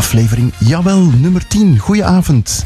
aflevering, jawel, nummer 10. Goedenavond.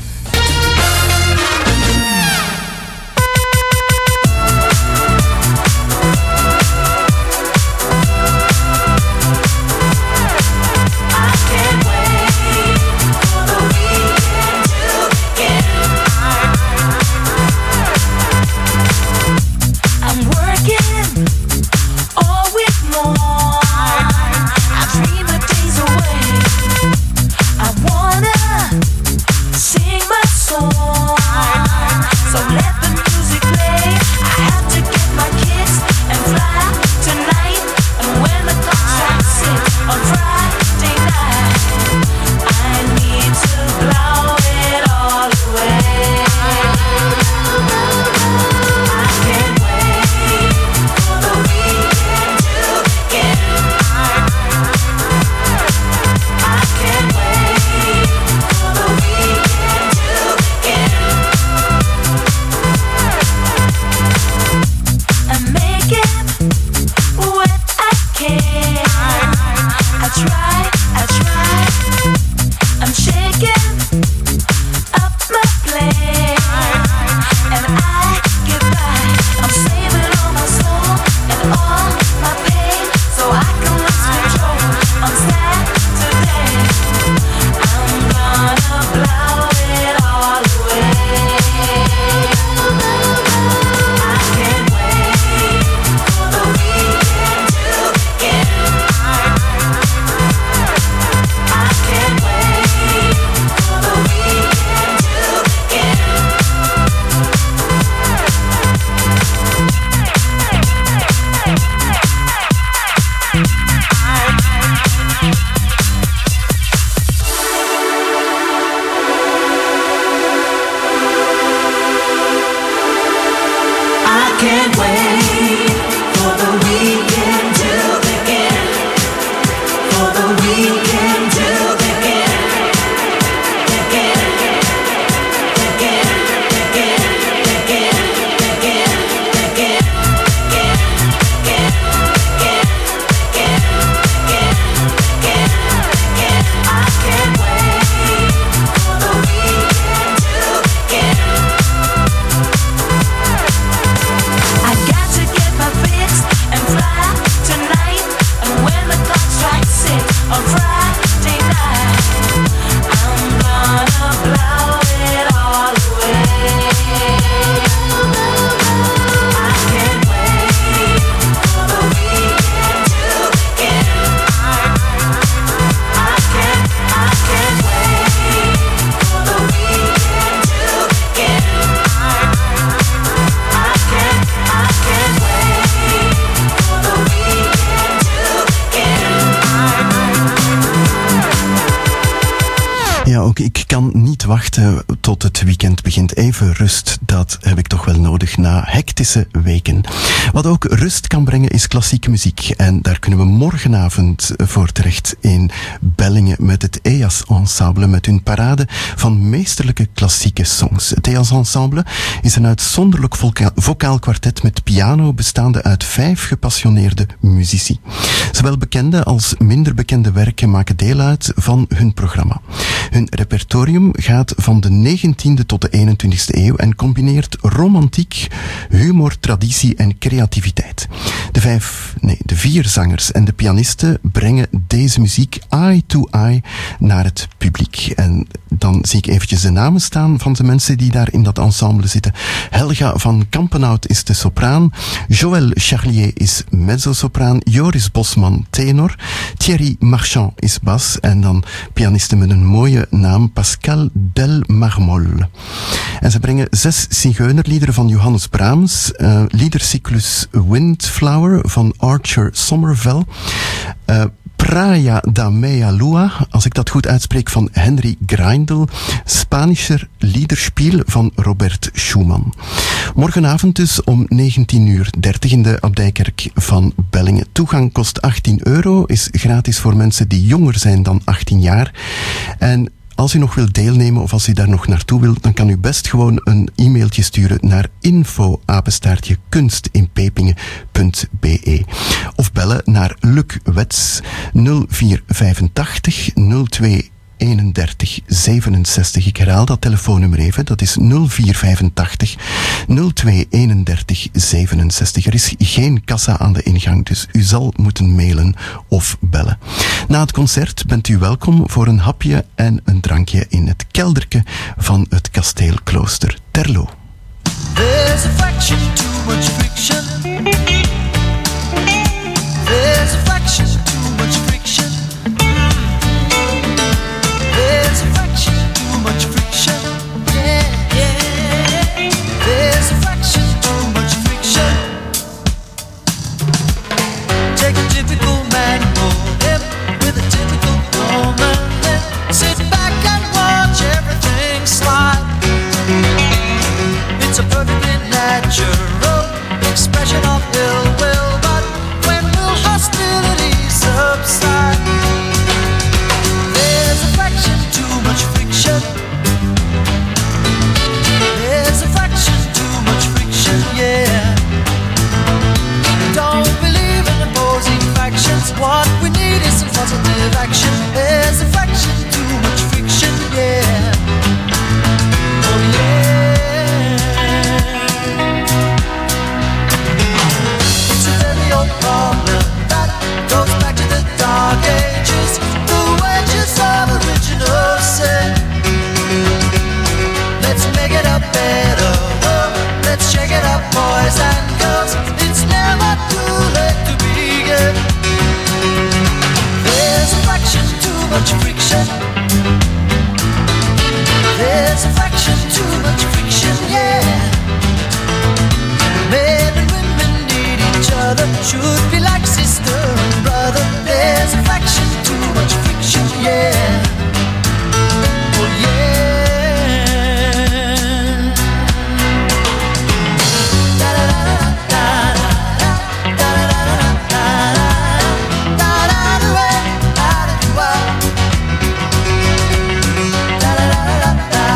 Ik kan niet wachten tot het weekend begint. Even rust, dat heb ik toch wel nodig na hectische weken. Wat ook rust kan brengen is klassieke muziek. En daar kunnen we morgenavond voor terecht in Bellingen met het EAS Ensemble, met hun parade van meesterlijke klassieke songs. Het EAS Ensemble is een uitzonderlijk vocaal kwartet met piano bestaande uit 5 gepassioneerde muzici. Zowel bekende als minder bekende werken maken deel uit van hun programma. Hun repertorium gaat van de 19e tot de 21e eeuw en combineert romantiek, humor, traditie en creativiteit. De 4 zangers en de pianisten brengen deze muziek eye to eye naar het publiek. En dan zie ik eventjes de namen staan van de mensen die daar in dat ensemble zitten. Helga van Kampenhout is de sopraan, Joël Charlier is mezzosopraan, Joris Bosman tenor, Thierry Marchand is bas en dan pianisten met een mooie naam, Pascal Del Marmol. En ze brengen 6 zigeunerliederen van Johannes Brahms, liedercyclus Windflower van Archer Somerville, Praia da Meia Lua, als ik dat goed uitspreek, van Henry Greindl, Spanischer Liederspiel van Robert Schumann. Morgenavond dus om 19:30 in de Abdijkerk van Bellingen. Toegang kost €18, is gratis voor mensen die jonger zijn dan 18 jaar. En als u nog wilt deelnemen of als u daar nog naartoe wilt, dan kan u best gewoon een e-mailtje sturen naar info@kunstinpepingen.be of bellen naar Luc Wets 0485 02 31 67. Ik herhaal dat telefoonnummer even. Dat is 0485 02 31 67. Er is geen kassa aan de ingang, dus u zal moeten mailen of bellen. Na het concert bent u welkom voor een hapje en een drankje in het kelderke van het kasteelklooster Terlo. There's a fraction too much friction. There's a fraction too much friction. There's a fraction too much friction. Yeah, yeah. There's a fraction too much friction. Take a typical man and mold him with a typical woman. Then sit back and watch everything slide. It's a perfectly natural expression of ill will, but when will hostility subside? There's a fraction too much friction. There's a fraction too much friction, yeah. Don't believe in opposing factions. What we need is some positive action. There's a fraction too much friction, yeah. Oh yeah. Problem that goes back to the dark ages, the wages of original sin. Let's make it a better world. Let's shake it up, boys and girls. It's never too late to begin. There's a fraction too much friction. There's a fraction too much friction, yeah. Men and women need each other, should be like sister and brother. There's a fraction too much friction, yeah. Oh yeah. Da da da da da da da da da da da da da da da da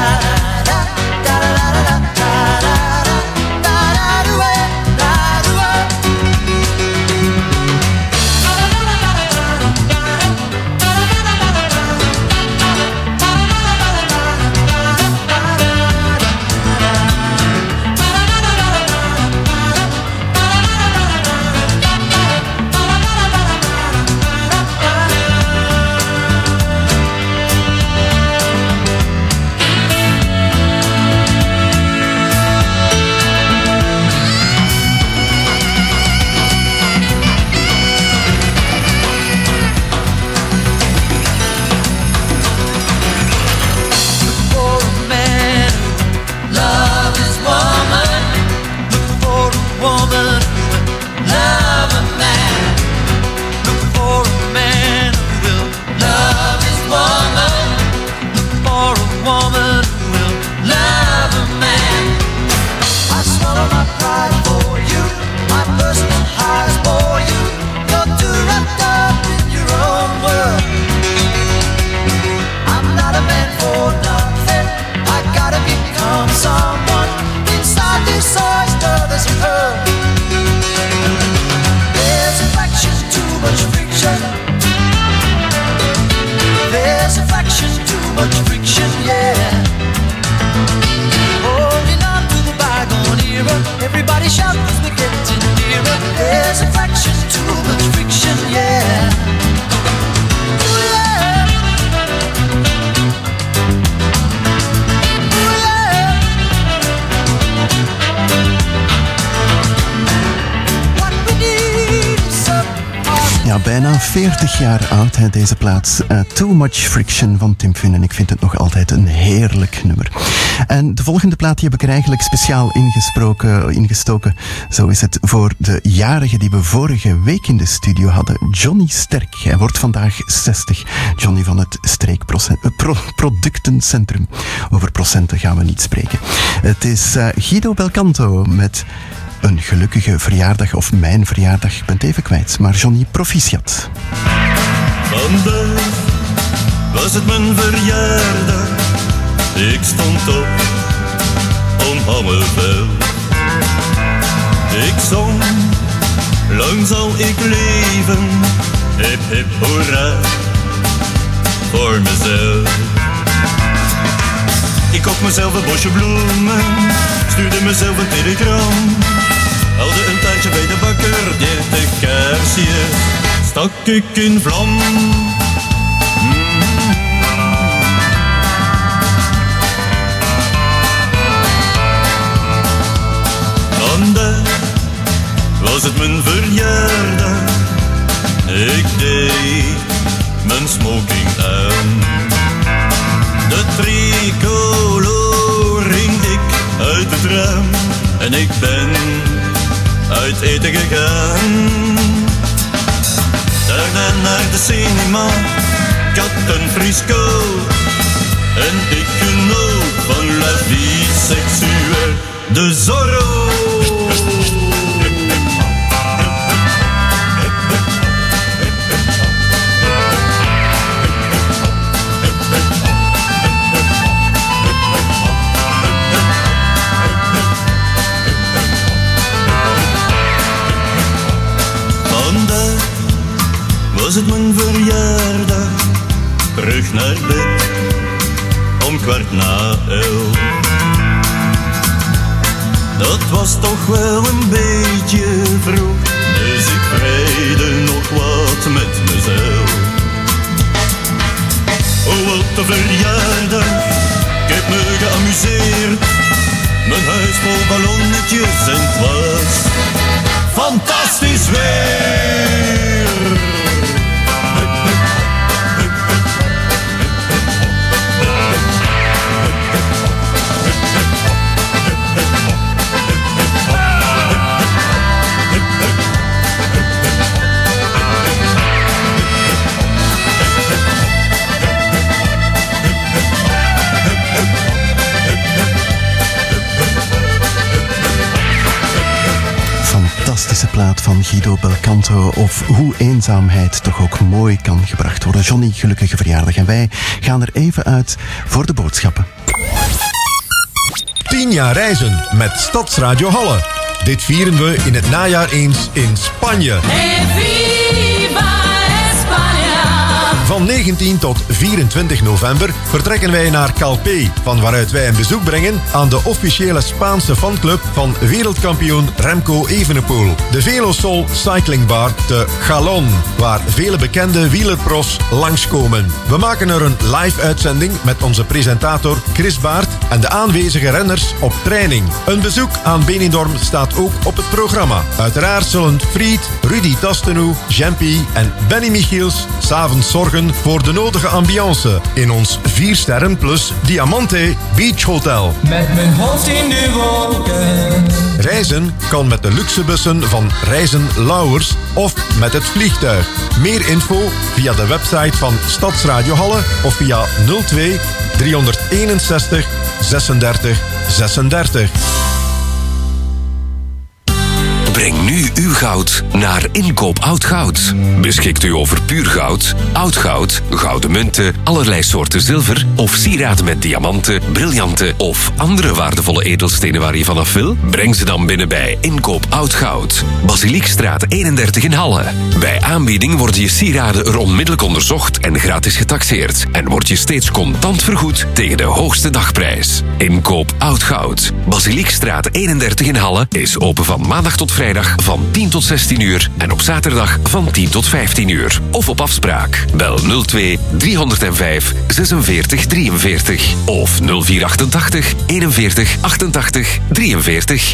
Ja, bijna 40 jaar oud, hè, deze plaats. Too Much Friction van Tim Finn. En ik vind het nog altijd een heerlijk nummer. En de volgende plaat die heb ik er eigenlijk speciaal ingestoken. Zo is het voor de jarige die we vorige week in de studio hadden. Johnny Sterk. Hij wordt vandaag 60. Johnny van het Streekproductencentrum. Over procenten gaan we niet spreken. Het is Guido Belcanto met een gelukkige verjaardag, of mijn verjaardag, ik ben het even kwijt. Maar Johnny, proficiat. Vandaag was het mijn verjaardag. Ik stond op om Hammervel. Ik zong, lang zal ik leven. Hip hip hoera, voor mezelf. Ik kocht mezelf een bosje bloemen, stuurde mezelf een telegram. Haalde een taartje bij de bakker, deed de kaarsjes, stak ik in vlam. Vandaag was het mijn verjaardag. Ik deed mijn smoking aan. De tricolore hing ik uit het raam. En ik ben uit eten gegaan. Daarna naar de cinema, ik had een frisco. En ik genoot van la vie seksuelle de Zorro. Vandaag was het mijn verjaardag. Terug naar bed om 11:15. Dat was toch wel een beetje vroeg, dus ik vreide nog wat met mezelf. Oh, wat een verjaardag, ik heb me geamuseerd. Mijn huis vol ballonnetjes en het was fantastisch weer. Fantastische plaat van Guido Belcanto, of hoe eenzaamheid toch ook mooi kan gebracht worden. Johnny, gelukkige verjaardag. En wij gaan er even uit voor de boodschappen. 10 jaar reizen met Stadsradio Halle. Dit vieren we in het najaar eens in Spanje. Van 19 tot 24 november vertrekken wij naar Calpe, van waaruit wij een bezoek brengen aan de officiële Spaanse fanclub van wereldkampioen Remco Evenepoel. De Velosol Cycling Bar te Jalón, waar vele bekende wielerpros langskomen. We maken er een live uitzending met onze presentator Chris Baert en de aanwezige renners op training. Een bezoek aan Benidorm staat ook op het programma. Uiteraard zullen Fried, Rudy Tastenou, Jempy en Benny Michiels 's avonds zorgen voor de nodige ambiance in ons 4 sterren plus Diamante Beach Hotel. Met mijn hoofd in de wolken. Reizen kan met de luxebussen van Reizen Lauwers of met het vliegtuig. Meer info via de website van Stadsradio Halle of via 02 361 36 36. Breng nu uw goud naar Inkoop Oud Goud. Beschikt u over puur goud, oud goud, gouden munten, allerlei soorten zilver of sieraden met diamanten, briljanten of andere waardevolle edelstenen waar je vanaf wil? Breng ze dan binnen bij Inkoop Oud Goud. Basiliekstraat 31 in Halle. Bij aanbieding worden je sieraden er onmiddellijk onderzocht en gratis getaxeerd. En wordt je steeds contant vergoed tegen de hoogste dagprijs. Inkoop Oud Goud. Basiliekstraat 31 in Halle is open van maandag tot vrijdag van 10 tot 16 uur en op zaterdag van 10 tot 15 uur. Of op afspraak. Bel 02 305 46 43 of 0488 41 88 43.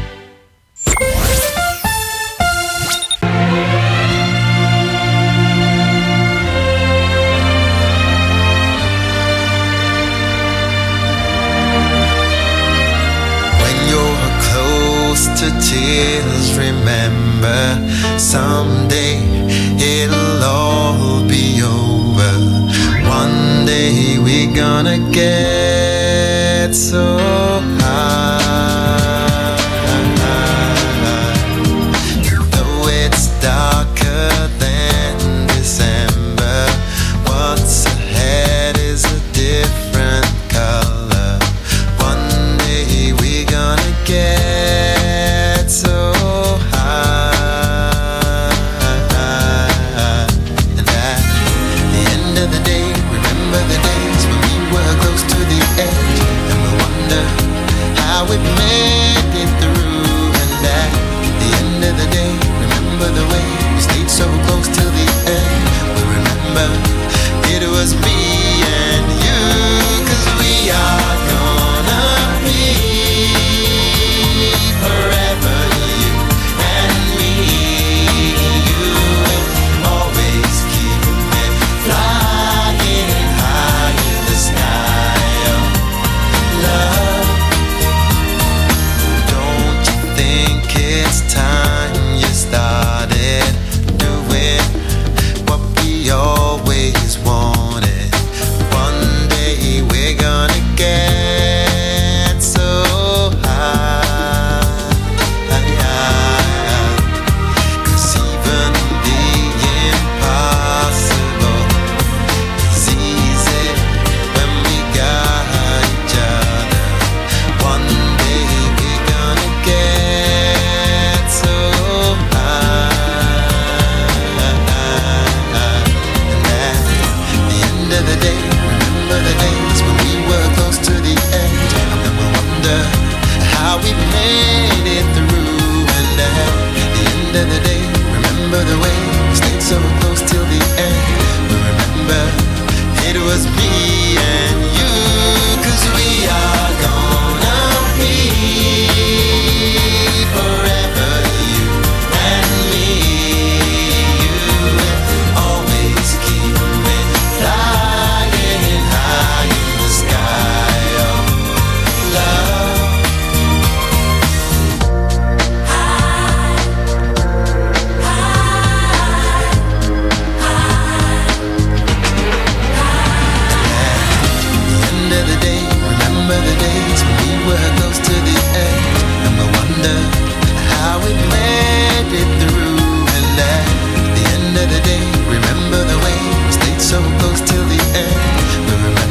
To tears, remember someday it'll all be over. One day we're gonna get so high. Though it's darker than December, what's ahead is a different color. One day we're gonna get so high, and at the end of the day, remember the days when we were close to the edge, and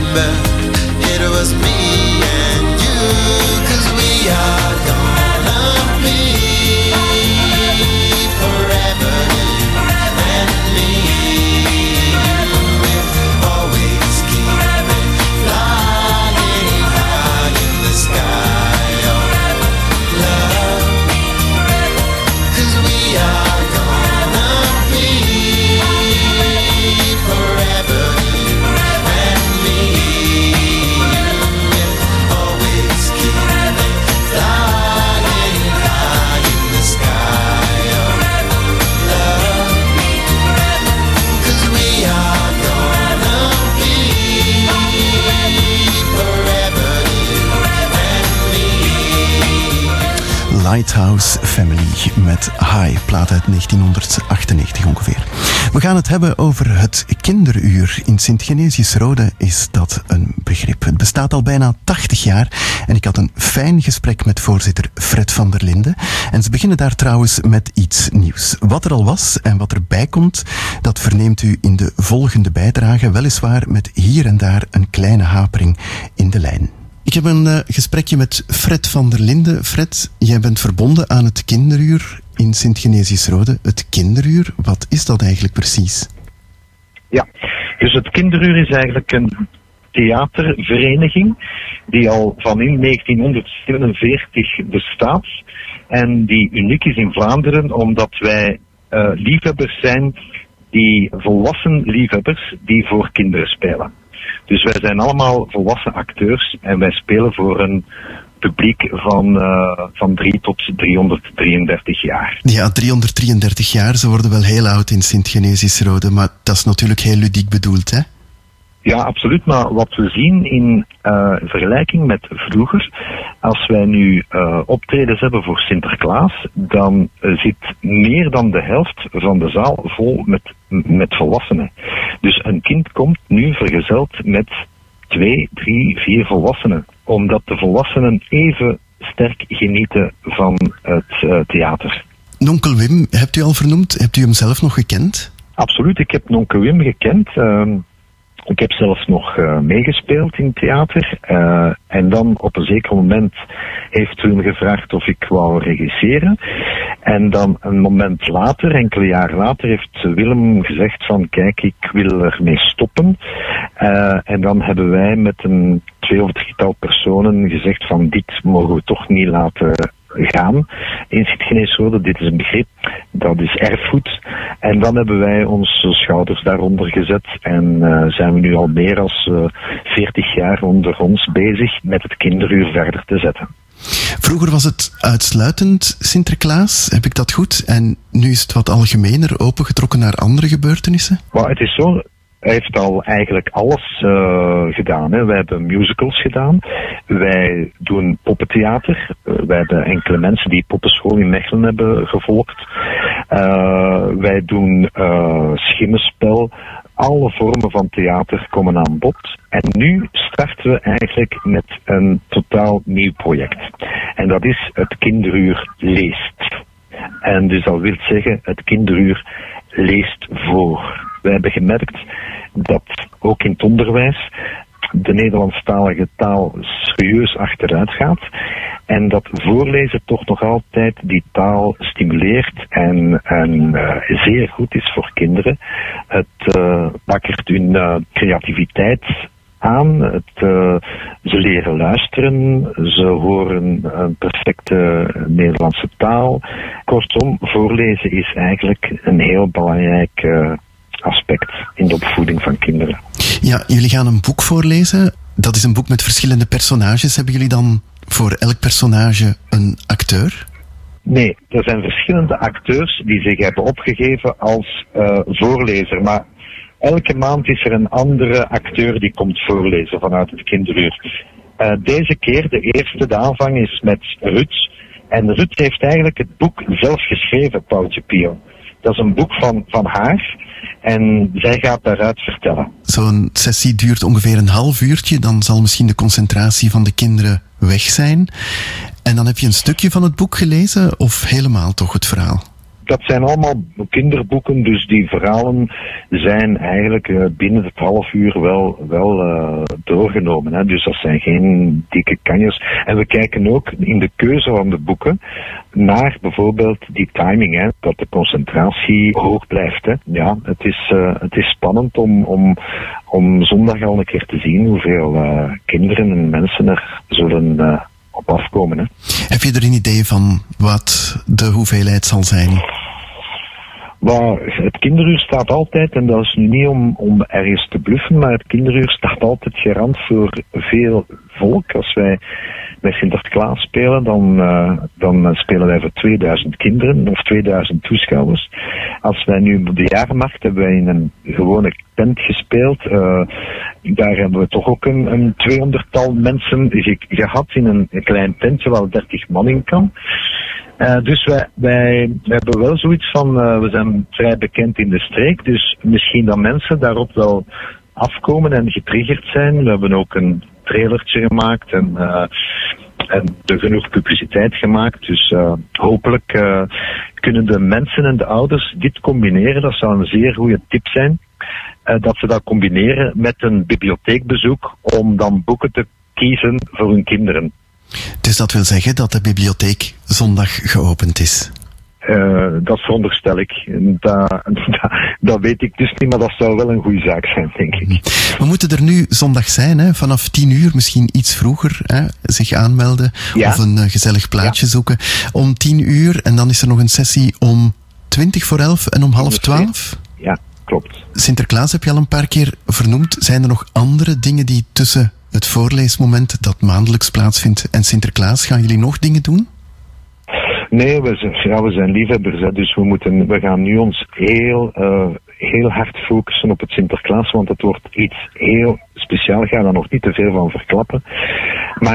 remember it was me and you, 'cause we are gonna be forever, you and me. We'll always keep it flying high in the sky of love, 'cause we are gonna be forever, you and me. We'll always keep it flying high in the sky of love, 'cause we are gonna be forever, you and me. Lighthouse Family met High, plaat uit 1998 ongeveer. We gaan het hebben over het kinderuur. In Sint-Genesius-Rode is dat een begrip. Het bestaat al bijna 80 jaar en ik had een fijn gesprek met voorzitter Fred van der Linden. En ze beginnen daar trouwens met iets nieuws. Wat er al was en wat erbij komt, dat verneemt u in de volgende bijdrage, weliswaar met hier en daar een kleine hapering in de lijn. Ik heb een gesprekje met Fred van der Linden. Fred, jij bent verbonden aan het kinderuur in Sint-Genesius-Rode. Het kinderuur, wat is dat eigenlijk precies? Ja, dus het kinderuur is eigenlijk een theatervereniging die al van in 1947 bestaat en die uniek is in Vlaanderen omdat wij liefhebbers zijn, die volwassen liefhebbers die voor kinderen spelen. Dus wij zijn allemaal volwassen acteurs en wij spelen voor een publiek van 3 tot 333 jaar. Ja, 333 jaar, ze worden wel heel oud in Sint-Genesius-Rode, maar dat is natuurlijk heel ludiek bedoeld, hè? Ja, absoluut. Maar wat we zien in vergelijking met vroeger, als wij nu optredens hebben voor Sinterklaas, dan zit meer dan de helft van de zaal vol met volwassenen. Dus een kind komt nu vergezeld met 2, 3, 4 volwassenen. Omdat de volwassenen even sterk genieten van het theater. Nonkel Wim, hebt u al vernoemd? Hebt u hem zelf nog gekend? Absoluut, ik heb Nonkel Wim gekend. Ik heb zelfs nog meegespeeld in theater. En dan op een zeker moment heeft Willem gevraagd of ik wou regisseren. En dan een moment later, enkele jaar later, heeft Willem gezegd van kijk, ik wil ermee stoppen. En dan hebben wij met een 2 of 3-tal personen gezegd van dit mogen we toch niet laten gaan in Sint-Genesius-Rode. Dit is een begrip, dat is erfgoed. En dan hebben wij onze schouders daaronder gezet en zijn we nu al meer dan 40 jaar onder ons bezig met het kinderuur verder te zetten. Vroeger was het uitsluitend Sinterklaas, heb ik dat goed? En nu is het wat algemener opengetrokken naar andere gebeurtenissen? Maar het is zo, hij heeft al eigenlijk alles gedaan. Hè. Wij hebben musicals gedaan. Wij doen poppentheater. Wij hebben enkele mensen die poppenschool in Mechelen hebben gevolgd. Wij doen schimmenspel. Alle vormen van theater komen aan bod. En nu starten we eigenlijk met een totaal nieuw project. En dat is het kinderuur leest. En dus dat wil zeggen, het kinderuur leest voor. We hebben gemerkt dat ook in het onderwijs de Nederlandstalige taal serieus achteruit gaat. En dat voorlezen toch nog altijd die taal stimuleert en zeer goed is voor kinderen. Het wakkert hun creativiteit aan. Ze leren luisteren, ze horen een perfecte Nederlandse taal. Kortom, voorlezen is eigenlijk een heel belangrijk aspect in de opvoeding van kinderen. Ja, jullie gaan een boek voorlezen. Dat is een boek met verschillende personages. Hebben jullie dan voor elk personage een acteur? Nee, er zijn verschillende acteurs die zich hebben opgegeven als voorlezer. Maar elke maand is er een andere acteur die komt voorlezen vanuit het kinderuur. Deze keer, de aanvang is met Ruud. En Ruud heeft eigenlijk het boek zelf geschreven, Paultje Pio. Dat is een boek van haar. En zij gaat daaruit vertellen. Zo'n sessie duurt ongeveer een half uurtje. Dan zal misschien de concentratie van de kinderen weg zijn. En dan heb je een stukje van het boek gelezen of helemaal toch het verhaal? dat zijn allemaal kinderboeken, dus die verhalen zijn eigenlijk binnen het half uur wel doorgenomen. Hè. Dus dat zijn geen dikke kanjes. En we kijken ook in de keuze van de boeken naar bijvoorbeeld die timing, hè, dat de concentratie hoog blijft. Hè. Ja, het is spannend om zondag al een keer te zien hoeveel kinderen en mensen er zullen op afkomen. Hè. Heb je er een idee van wat de hoeveelheid zal zijn? Maar het kinderuur staat altijd, en dat is nu niet om ergens te bluffen, maar het kinderuur staat altijd garant voor veel volk. Als wij bij Sinterklaas spelen, dan spelen wij voor 2000 kinderen of 2000 toeschouwers. Als wij nu op de jaarmarkt hebben wij in een gewone tent gespeeld, daar hebben we toch ook een 200-tal mensen gehad in een klein tentje waar 30 man in kan. Dus wij hebben wel zoiets van, we zijn vrij bekend in de streek, dus misschien dat mensen daarop wel afkomen en getriggerd zijn. We hebben ook een trailertje gemaakt en er genoeg publiciteit gemaakt. Dus hopelijk kunnen de mensen en de ouders dit combineren. Dat zou een zeer goede tip zijn. Dat ze dat combineren met een bibliotheekbezoek om dan boeken te kiezen voor hun kinderen. Dus dat wil zeggen dat de bibliotheek zondag geopend is? Dat veronderstel ik. Dat weet ik dus niet, maar dat zou wel een goede zaak zijn, denk ik. We moeten er nu zondag zijn, hè? Vanaf 10 uur, misschien iets vroeger, hè? Zich aanmelden of een gezellig plaatsje zoeken. Om 10 uur en dan is er nog een sessie om 11:20 en om 11:30? Ja, klopt. Sinterklaas heb je al een paar keer vernoemd. Zijn er nog andere dingen die tussen het voorleesmoment dat maandelijks plaatsvindt en Sinterklaas, gaan jullie nog dingen doen? Nee, we zijn liefhebbers, hè, dus we gaan nu ons heel hard focussen op het Sinterklaas, want het wordt iets heel speciaal. Ik ga daar nog niet te veel van verklappen. Maar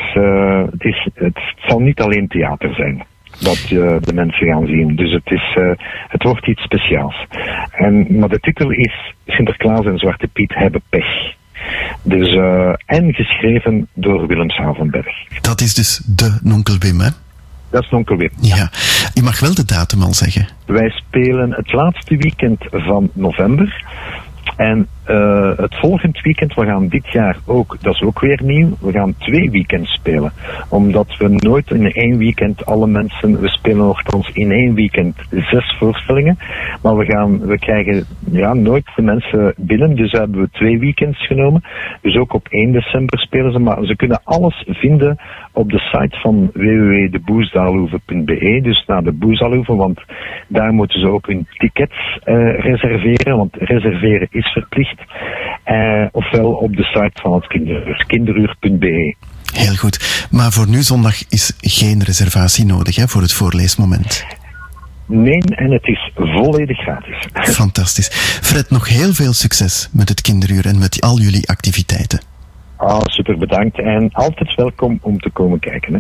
het zal niet alleen theater zijn dat de mensen gaan zien. Dus het wordt iets speciaals. Maar de titel is Sinterklaas en Zwarte Piet hebben pech. Dus, en geschreven door Willem Savenberg. Dat is dus de Nonkel Wim, hè? Dat is Nonkel Wim. Ja. Je mag wel de datum al zeggen. Wij spelen het laatste weekend van november. En het volgend weekend, we gaan dit jaar ook, dat is ook weer nieuw, we gaan 2 weekends spelen. Omdat we nooit in 1 weekend alle mensen, we spelen nogthans in 1 weekend 6 voorstellingen. Maar we krijgen nooit de mensen binnen, dus hebben we 2 weekends genomen. Dus ook op 1 december spelen ze, maar ze kunnen alles vinden op de site van www.deboesdaalhoeve.be, dus naar de Boesdaalhoeve, want daar moeten ze ook hun tickets reserveren, want reserveren is verplicht. Ofwel op de site van het kinderuur, kinderuur.be. Heel goed. Maar voor nu zondag is geen reservatie nodig, hè, voor het voorleesmoment. Nee, en het is volledig gratis. Fantastisch. Fred, nog heel veel succes met het kinderuur en met al jullie activiteiten. Super bedankt en altijd welkom om te komen kijken. Hè.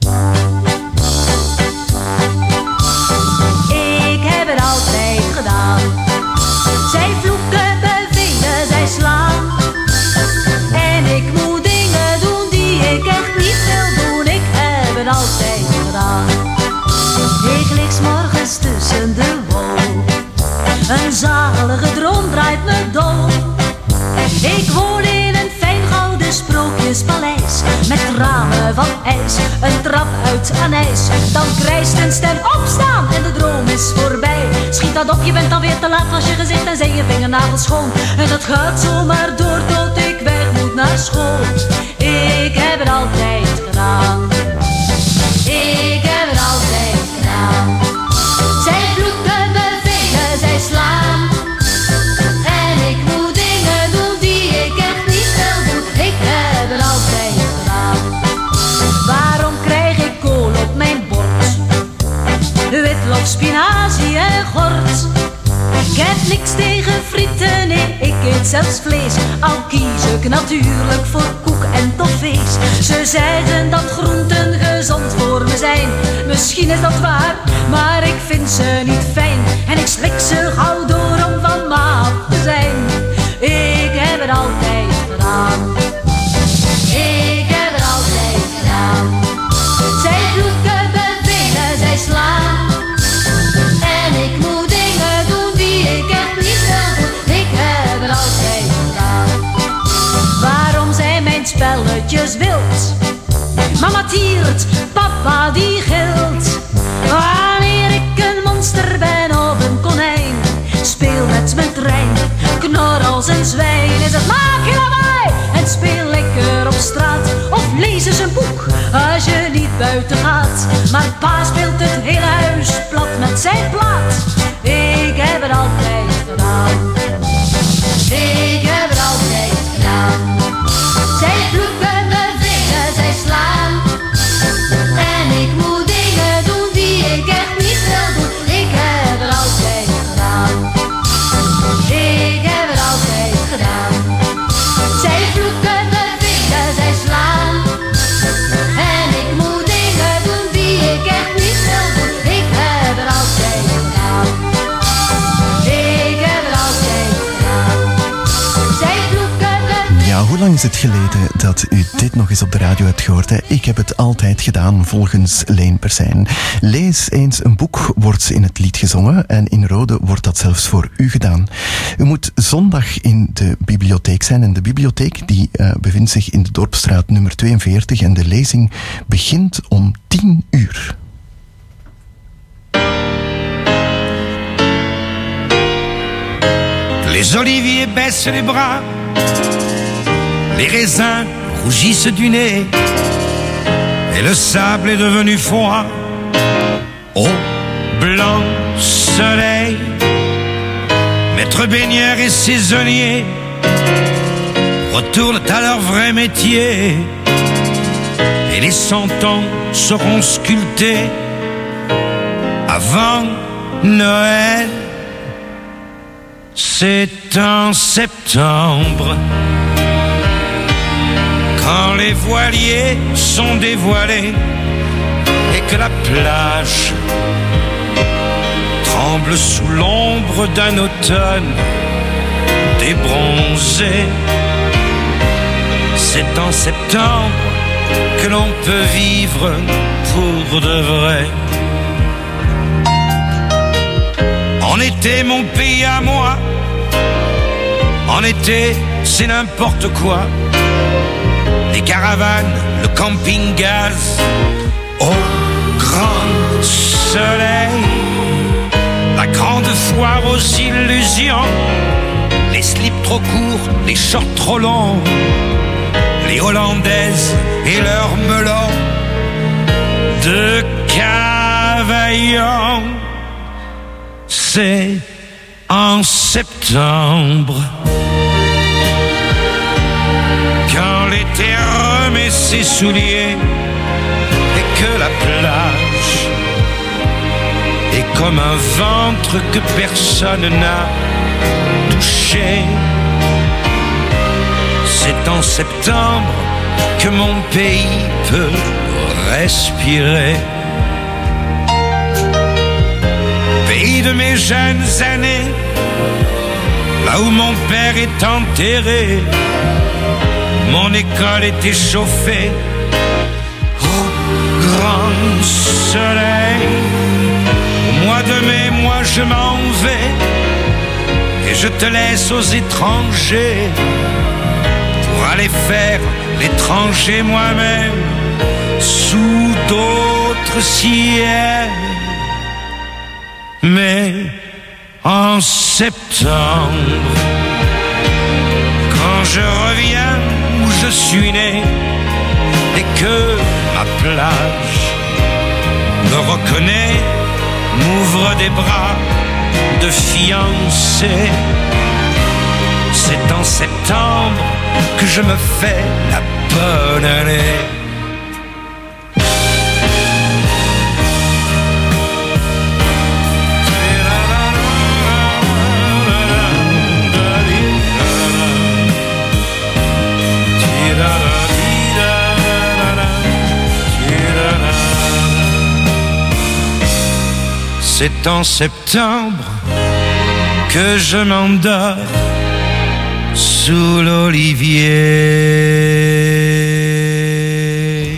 Ik heb het altijd gedaan. Zij vloeken, bevelen, zij slaan. En ik moet dingen doen die ik echt niet wil doen. Ik heb het altijd gedaan. Ik lig 's morgens tussen de wol. Een zalige droom draait me dol. Ik woon in een fijn gouden sprookjespaleis. Met ramen van ijs, een trap uit anijs. Dan krijst een stem opstaan en de droom is voorbij. Schiet dat op, je bent alweer te laat, was je gezicht en zijn je vingernagels schoon. En dat gaat zomaar door tot ik weg moet naar school. Ik heb het altijd gedaan. Ik heb het altijd gedaan. Zij vloeken, bevelen, zij slaan. En ik moet dingen doen die ik echt niet wil doen. Ik heb het altijd gedaan. Waarom krijg ik kool op mijn bord? Witlof, spinazie en gort. Ik heb niks tegen frieten, nee, ik eet zelfs vlees. Al kies ik natuurlijk voor koek en toffees. Ze zeggen dat groenten gezond voor me zijn. Misschien is dat waar, maar ik vind ze niet fijn. En ik slik ze gauw door om van me af te zijn. Ik heb het altijd gedaan. Ik heb het altijd gedaan. Zij vloeken, bevelen, zij slaan. En spelletjes wild. Mama tiert, papa die gilt. Wanneer ik een monster ben of een konijn, speel met mijn trein, knor als een zwijn. Is het maak je lawaai en speel lekker op straat, of lees eens een boek als je niet buiten gaat. Maar pa speelt het hele huis plat met zijn plaat. Ik heb het altijd gedaan. Ik heb het altijd gedaan. Zij vloeken me vingers, zij slaan. En ik moet dingen doen die ik echt niet wil doen. Ik heb het altijd gedaan. Ik heb het altijd gedaan. Zij vloeken me vingers, zij slaan. En ik moet dingen doen die ik echt niet wil doen. Ik heb het altijd gedaan. Ik heb het altijd gedaan. Zij vloeken me. Ja, hoe lang is het geleden dat u dit nog eens op de radio hebt gehoord? Hè? Ik heb het altijd gedaan, volgens Leen Persijn. Lees eens een boek, wordt in het lied gezongen. En in Rode wordt dat zelfs voor u gedaan. U moet zondag in de bibliotheek zijn. En de bibliotheek die bevindt zich in de Dorpstraat nummer 42. En de lezing begint om 10 uur. Les oliviers baissent les bras, les raisins rougissent du nez, et le sable est devenu froid. Au blanc soleil, maître baigneur et saisonnier retournent à leur vrai métier, et les 100 ans seront sculptés avant Noël. C'est en septembre, quand les voiliers sont dévoilés et que la plage tremble sous l'ombre d'un automne débronzé. C'est en septembre que l'on peut vivre pour de vrai. En été, mon pays à moi. En été, c'est n'importe quoi. Les caravanes, le camping-gaz, au grand soleil. La grande foire aux illusions. Les slips trop courts, les shorts trop longs. Les Hollandaises et leurs melons de Cavaillon. C'est en septembre, quand l'été remet ses souliers et que la plage est comme un ventre que personne n'a touché. C'est en septembre que mon pays peut respirer. Pays de mes jeunes années, là où mon père est enterré, mon école était chauffée au grand soleil. Au mois de mai, moi je m'en vais et je te laisse aux étrangers pour aller faire l'étranger moi-même sous d'autres ciels. Mais en septembre, quand je reviens où je suis né et que ma plage me reconnaît, m'ouvre des bras de fiancé, c'est en septembre que je me fais la bonne année. C'est en septembre que je m'endors sous l'olivier.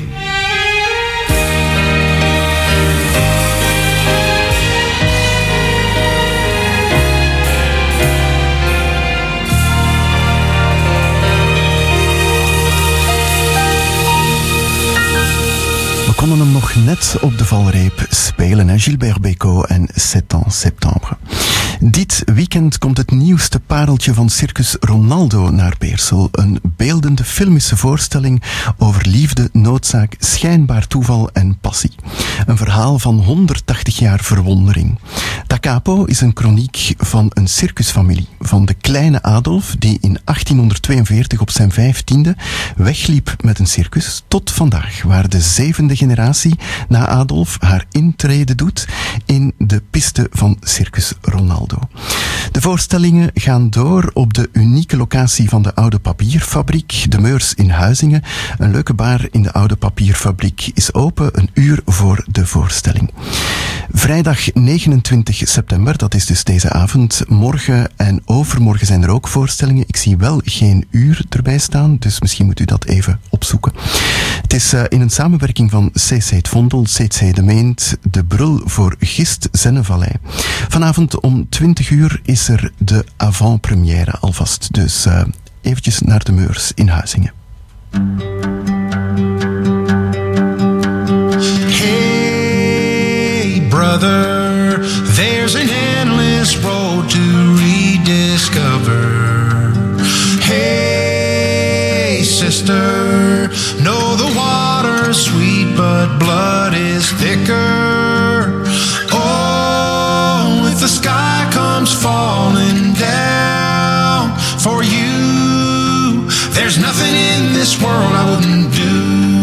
konden hem nog net op de valreep spelen, hè? Gilbert Bécaud en 7 septembre. Dit weekend komt het nieuwste pareltje van Circus Ronaldo naar Beersel. Een beeldende filmische voorstelling over liefde, noodzaak, schijnbaar toeval en passie. Een verhaal van 180 jaar verwondering. Da Capo is een kroniek van een circusfamilie. Van de kleine Adolf, die in 1842 op zijn 15e wegliep met een circus, tot vandaag, waar de 7e generatie na Adolf haar intrede doet in de piste van Circus Ronaldo. De voorstellingen gaan door op de unieke locatie van de oude papierfabriek, de Meurs in Huizingen. Een leuke bar in de oude papierfabriek is open een uur voor de voorstelling. Vrijdag 29 september, dat is dus deze avond. Morgen en overmorgen zijn er ook voorstellingen. Ik zie wel geen uur erbij staan, dus misschien moet u dat even opzoeken. Het is in een samenwerking van CC het Vondel, CC de Meent, De Brul voor Gist Zennevallei. Vanavond om 20 uur is er de avant-première alvast. Dus eventjes naar de Meurs in Huizingen. Hey brother, there's an endless road to rediscover. Hey sister, know the water's sweet but blood is thicker. Oh, if the sky comes falling down for you, there's nothing in this world I wouldn't do.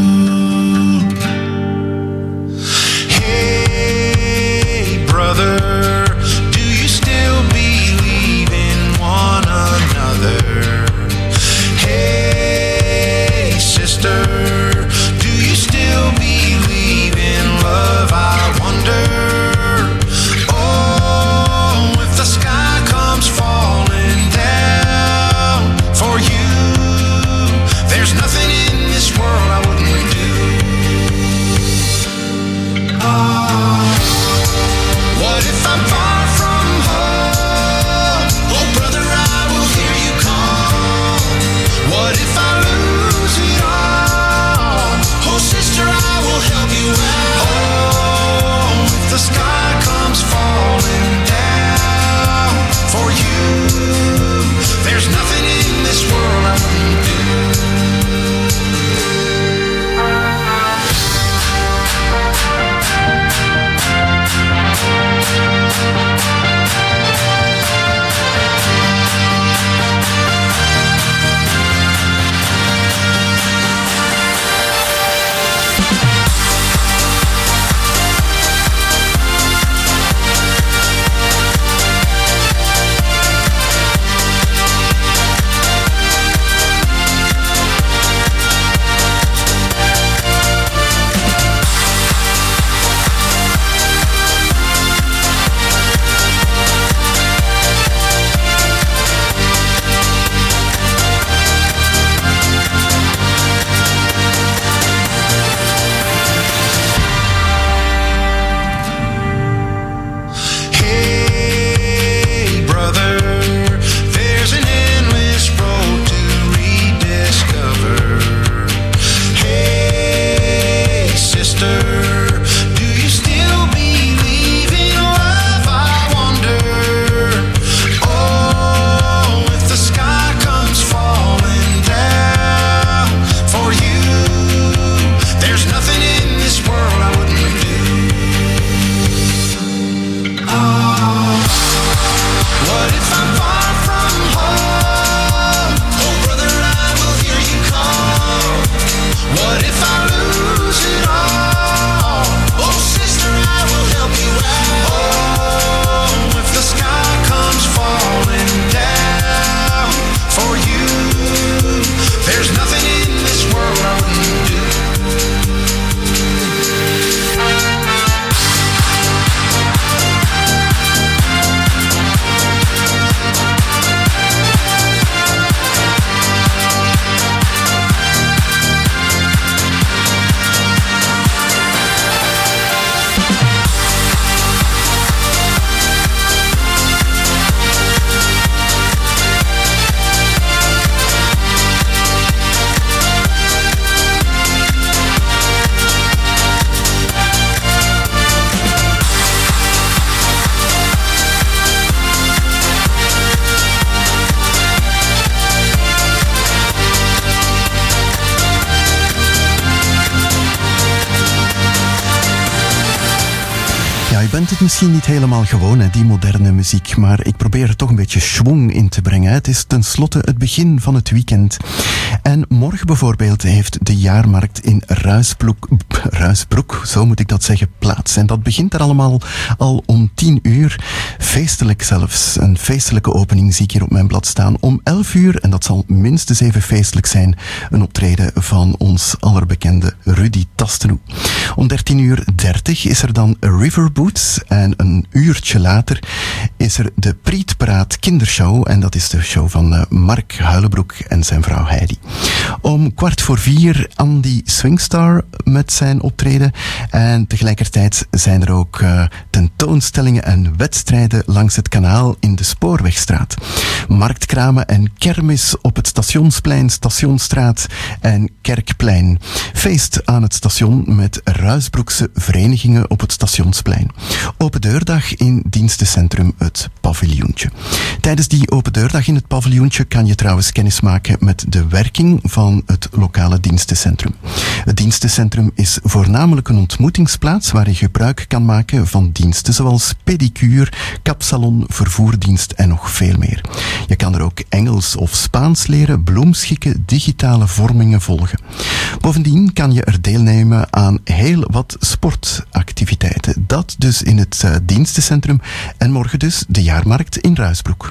Hey brother, do you still believe in one another? Hey sister, do you still believe in love? I wonder. Oh, if the sky comes falling down for you, there's nothing in this world I wouldn't do. What if I'm far from home? Oh brother, I will hear you call. What if I lose it all? bent het misschien niet helemaal gewoon, hè, die moderne muziek, maar ik probeer er toch een beetje schwung in te brengen. Het is tenslotte het begin van het weekend. En morgen bijvoorbeeld heeft de jaarmarkt in Ruisbroek, zo moet ik dat zeggen, plaats. En dat begint er allemaal al om 10 uur. Feestelijk zelfs. Een feestelijke opening zie ik hier op mijn blad staan. Om 11 uur, en dat zal minstens even feestelijk zijn, een optreden van ons allerbekende Rudy Tastenhoe. Om 13:30 is er dan River Boots en een uurtje later is er de Prietpraat Kindershow en dat is de show van Mark Huilenbroek en zijn vrouw Heidi. Om 15:15 Andy Swingstar met zijn optreden en tegelijkertijd zijn er ook tentoonstellingen en wedstrijden langs het kanaal in de Spoorwegstraat. Marktkramen en kermis op het Stationsplein, Stationsstraat en Kerkplein. Feest aan het station met Ruisbroekse verenigingen op het Stationsplein. Open deurdag in dienstencentrum Het Paviljoentje. Tijdens die open deurdag in het paviljoentje kan je trouwens kennismaken met de werking van het lokale dienstencentrum. Het dienstencentrum is voornamelijk een ontmoetingsplaats waar je gebruik kan maken van diensten zoals pedicure, kapsalon, vervoerdienst en nog veel meer. Je kan er ook Engels of Spaans leren, bloemschikken, digitale vormingen volgen. Bovendien kan je er deelnemen aan heel wat sportactiviteiten. Dat dus in het dienstencentrum en morgen dus de jaarmarkt in Ruisbroek.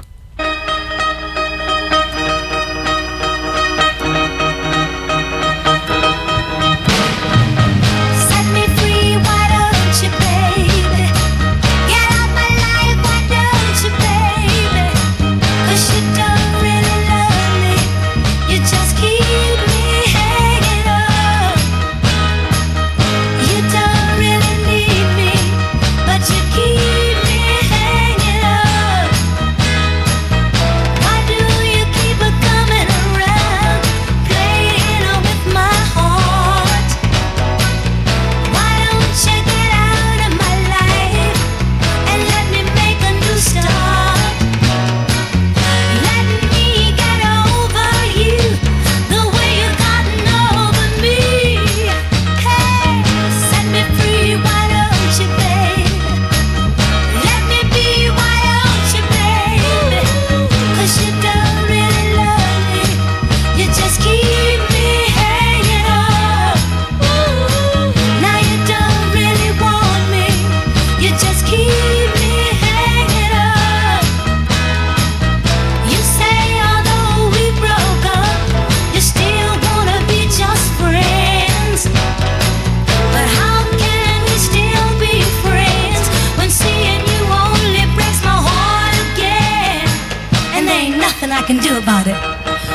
I can do about it.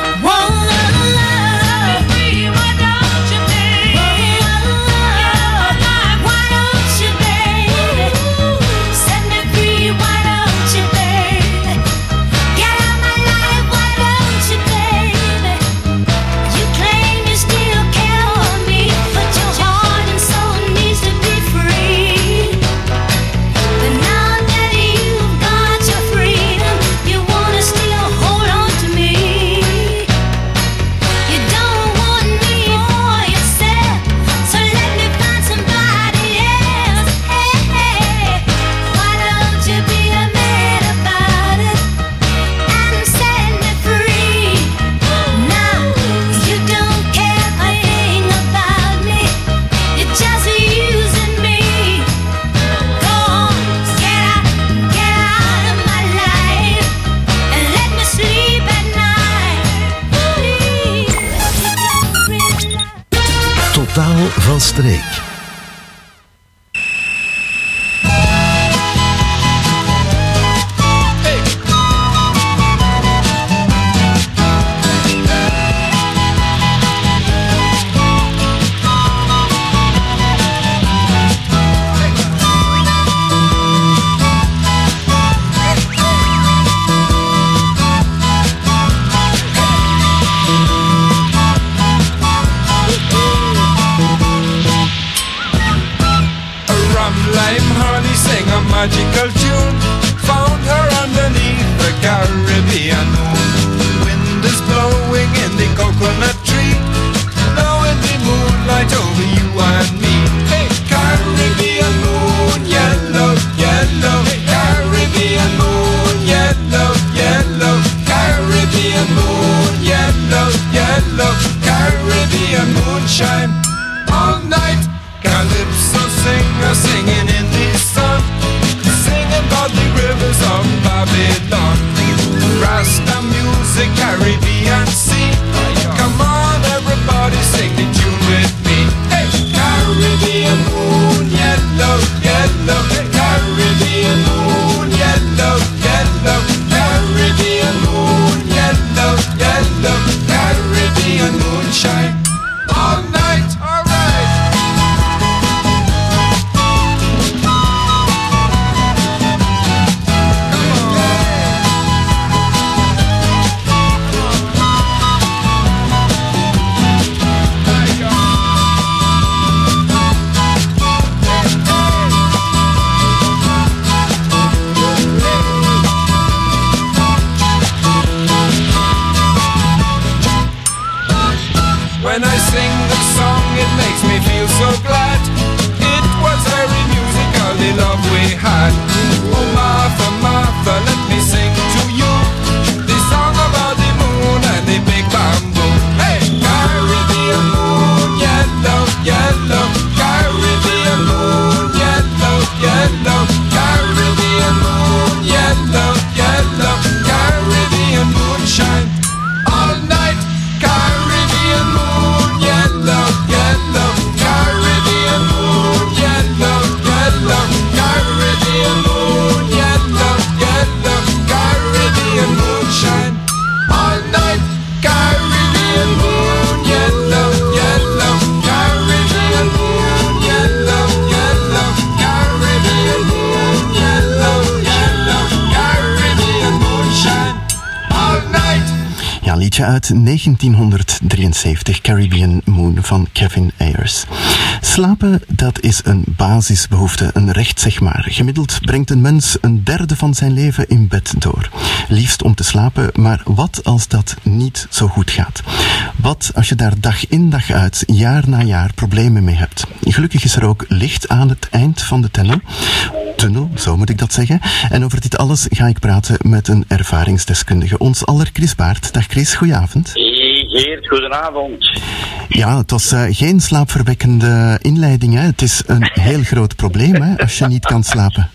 Van streek. Magical tune, found her underneath the Caribbean moon. Wind is blowing in the coconut tree, blowing the moonlight over you and me. Hey, Caribbean moon, yellow, yellow. moonshine. All night, calypso singer singing in the sun, singing about the rivers of Babylon. Rasta music, Caribbean sea. Come on, everybody, sing the tune with me. Hey, Caribbean moon, yellow, yellow. Caribbean moon, yellow, yellow. Caribbean moon, yellow, yellow. Caribbean moonshine. All night, all right. When I sing the song, it makes me feel so glad. It was very musical, the love we had. Oh Martha, Martha, let me sing to you the song about the moon and the big bamboo. Hey, Caribbean moon, yellow, yellow. Caribbean moon, yellow, yellow. Caribbean moon, yellow, yellow. Caribbean moonshine. All night, Caribbean moon, yellow, yellow. Caribbean moon, yellow, yellow. Caribbean moon, yellow, yellow. Caribbean moonshine. All night, Caribbean moon, yellow, yellow. Caribbean moon, yellow, yellow. Caribbean moon, yellow, yellow. Caribbean moonshine. All night. Ja, liedje uit 1973, Caribbean Moon van Kevin Ayers. Slapen, dat is een basisbehoefte, een recht zeg maar. Gemiddeld brengt een mens een derde van zijn leven in bed door. Liefst om te slapen, maar wat als dat niet zo goed gaat? Wat als je daar dag in dag uit, jaar na jaar problemen mee hebt? Gelukkig is er ook licht aan het eind van de tunnel, zo moet ik dat zeggen. En over dit alles ga ik praten met een ervaringsdeskundige, ons aller Chris Baert. Dag Chris, goedenavond. Geert, goedenavond. Ja, het was geen slaapverwekkende inleiding, hè. Het is een heel groot probleem, hè, als je niet kan slapen.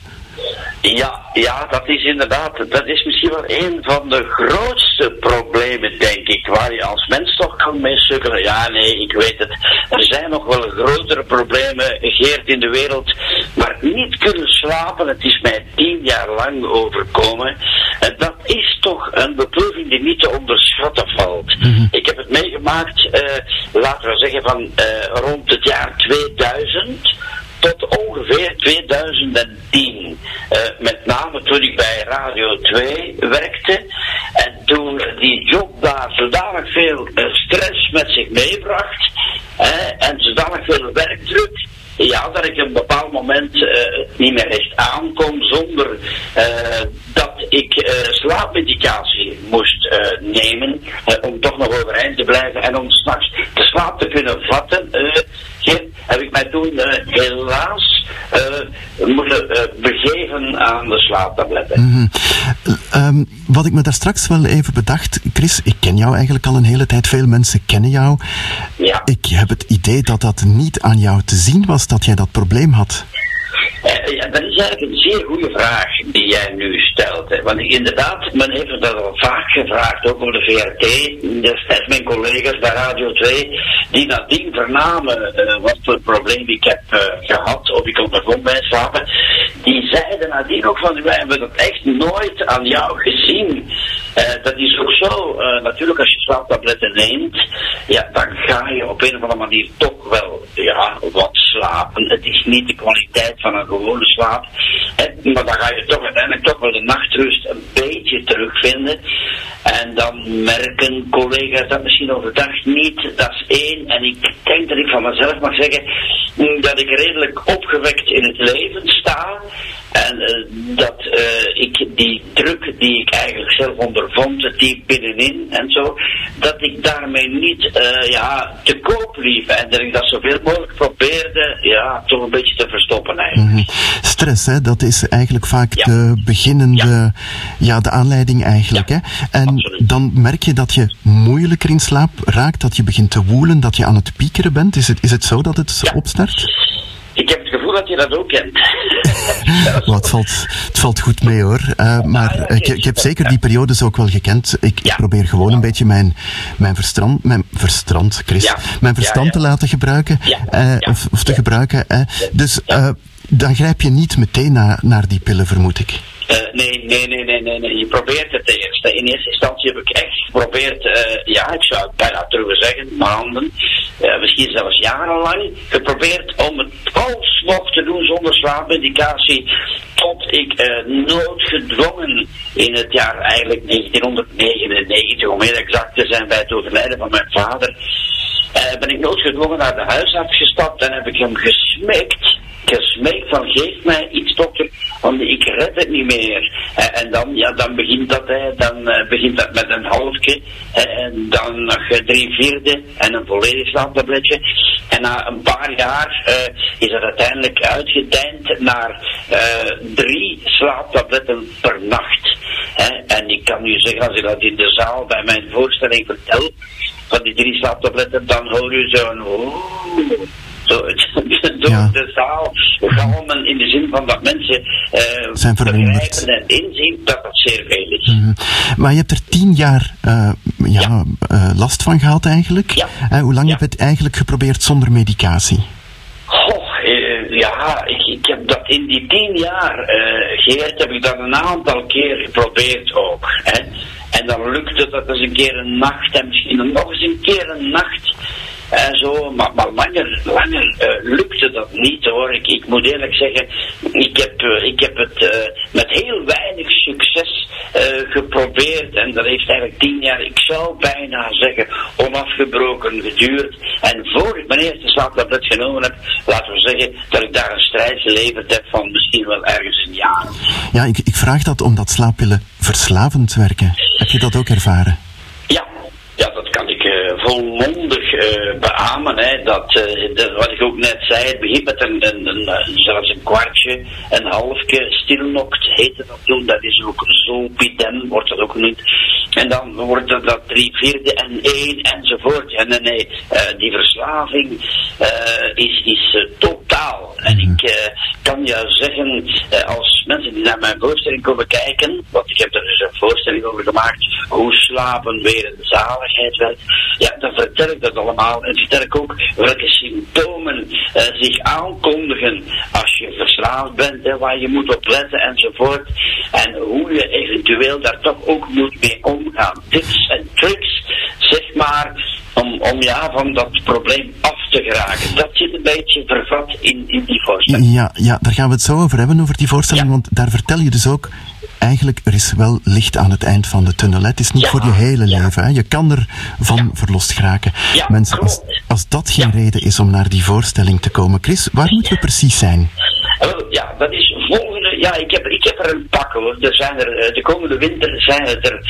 Ja, dat is inderdaad, dat is misschien wel een van de grootste problemen, denk ik, waar je als mens toch kan mee sukkelen. Ja, nee, ik weet het. Er zijn nog wel grotere problemen, Geert, in de wereld, maar niet kunnen slapen, het is mij 10 jaar lang overkomen. En dat is toch een beproeving die niet te onderschatten valt. Ik heb het meegemaakt, laten we zeggen van rond het jaar 2000... tot ongeveer 2010. Met name toen ik bij Radio 2 werkte. En toen die job daar zodanig veel stress met zich meebracht. En zodanig veel werkdruk. Ja, dat ik op een bepaald moment niet meer echt aankom zonder dat ik slaapmedicatie moest nemen. Om toch nog overeind te blijven en om 's nachts de slaap te kunnen vatten. Heb ik mij toen helaas moeten begeven aan de slaaptabletten. Wat ik me daar straks wel even bedacht, Chris, ik ken jou eigenlijk al een hele tijd, veel mensen kennen jou. Ja. Ik heb het idee dat dat niet aan jou te zien was, dat jij dat probleem had. Ja, dat is eigenlijk een zeer goede vraag die jij nu stelt. Hè. Want inderdaad, men heeft het al vaak gevraagd, ook op de VRT. Destijds mijn collega's bij Radio 2, die nadien vernamen wat voor probleem ik heb gehad, of ik ondervond bij slapen. Die zeiden nadien ook van, wij hebben dat echt nooit aan jou gezien. Dat is ook zo, natuurlijk als je slaaptabletten neemt, ja, dan ga je op een of andere manier toch wel wat slapen. Het is niet de kwaliteit van een gewone slaap, maar dan ga je toch uiteindelijk toch wel de nachtrust een beetje terugvinden. En dan merken collega's dat misschien overdag niet, dat is één. En ik denk dat ik van mezelf mag zeggen dat ik redelijk opgewekt in het leven sta. En dat ik die druk die ik eigenlijk zelf ondervond, diep binnenin en zo, dat ik daarmee niet te koop liep. En dat ik dat zoveel mogelijk probeerde, toch een beetje te verstoppen eigenlijk. Stress, hè, dat is eigenlijk vaak de beginnende, de aanleiding eigenlijk. Hè? En absoluut. Dan merk je dat je moeilijker in slaap raakt, dat je begint te woelen, dat je aan het piekeren bent. Is het zo dat het opstart? Ik heb het gevoel dat je dat ook kent. Het valt goed mee hoor. Maar ik heb zeker die periodes ook wel gekend. Ik probeer gewoon een beetje mijn verstand, Chris. Mijn verstand te laten gebruiken. Of te gebruiken. Dus dan grijp je niet meteen naar die pillen, vermoed ik. Nee. Je probeert het eerst. In eerste instantie heb ik echt geprobeerd, ik zou het bijna durven zeggen, maanden, misschien zelfs jarenlang, geprobeerd om het alsnog te doen zonder slaapmedicatie, tot ik noodgedwongen in het jaar eigenlijk 1999, om heel exact te zijn bij het overlijden van mijn vader, ben ik noodgedwongen naar de huisarts gestapt en heb ik hem gesmeekt van geef mij iets dokter, want ik red het niet meer. En dan begint dat, dan begint dat met een halfje, en dan nog 3/4 en een volledig slaaptabletje. En na een paar jaar is het uiteindelijk uitgedeind naar 3 slaaptabletten per nacht. En ik kan nu zeggen, als ik dat in de zaal bij mijn voorstelling vertel, van die 3 slaaptabletten, dan hoor je zo'n door de zaal galmen, in de zin van dat mensen zijn begrijpen en inzien dat dat zeer veel is. Maar je hebt er 10 jaar last van gehad eigenlijk. Ja. Hoe lang heb je het eigenlijk geprobeerd zonder medicatie? Ik heb dat in die 10 jaar, Geert, heb ik dat een aantal keer geprobeerd ook. En dan lukte dat eens een keer een nacht en misschien nog eens een keer een nacht. Maar langer lukte dat niet hoor. Ik moet eerlijk zeggen, ik heb het met heel weinig succes geprobeerd. En dat heeft eigenlijk 10 jaar, ik zou bijna zeggen, onafgebroken geduurd. En voor ik mijn eerste slaaptablet genomen heb, laten we zeggen dat ik daar een strijd geleverd heb van misschien wel ergens een jaar. Ja, ik vraag dat omdat slaappillen verslavend werken. Heb je dat ook ervaren? Ja, dat kan ik volmondig beamen. Dat wat ik ook net zei, het begint met zelfs een kwartje, een halfje, stilnokt heette dat toen. Dat is ook Zolpidem, wordt dat ook genoemd. En dan wordt dat 3/4 en 1 enzovoort. En nee, die verslaving is totaal. En ik kan jou zeggen, als mensen die naar mijn voorstelling komen kijken, want ik heb er dus een voorstelling over gemaakt, hoe slapen weer een zaligheid werd. Ja, dan vertel ik dat allemaal en vertel ik ook welke symptomen zich aankondigen als je verslaafd bent, waar je moet op letten enzovoort. En hoe je eventueel daar toch ook moet mee omgaan. Tips en tricks, zeg maar, om van dat probleem af te geraken. Dat zit een beetje vervat in die voorstelling. Ja, daar gaan we het zo over hebben, over die voorstelling, want daar vertel je dus ook, eigenlijk, er is wel licht aan het eind van de tunnel. Het is niet voor je hele leven. Hè. Je kan er van verlost geraken. Ja, mensen, als dat geen reden is om naar die voorstelling te komen. Chris, waar moeten we precies zijn? Ja, dat is volgende. Ja, ik heb er een pak hoor. De komende winter zijn het er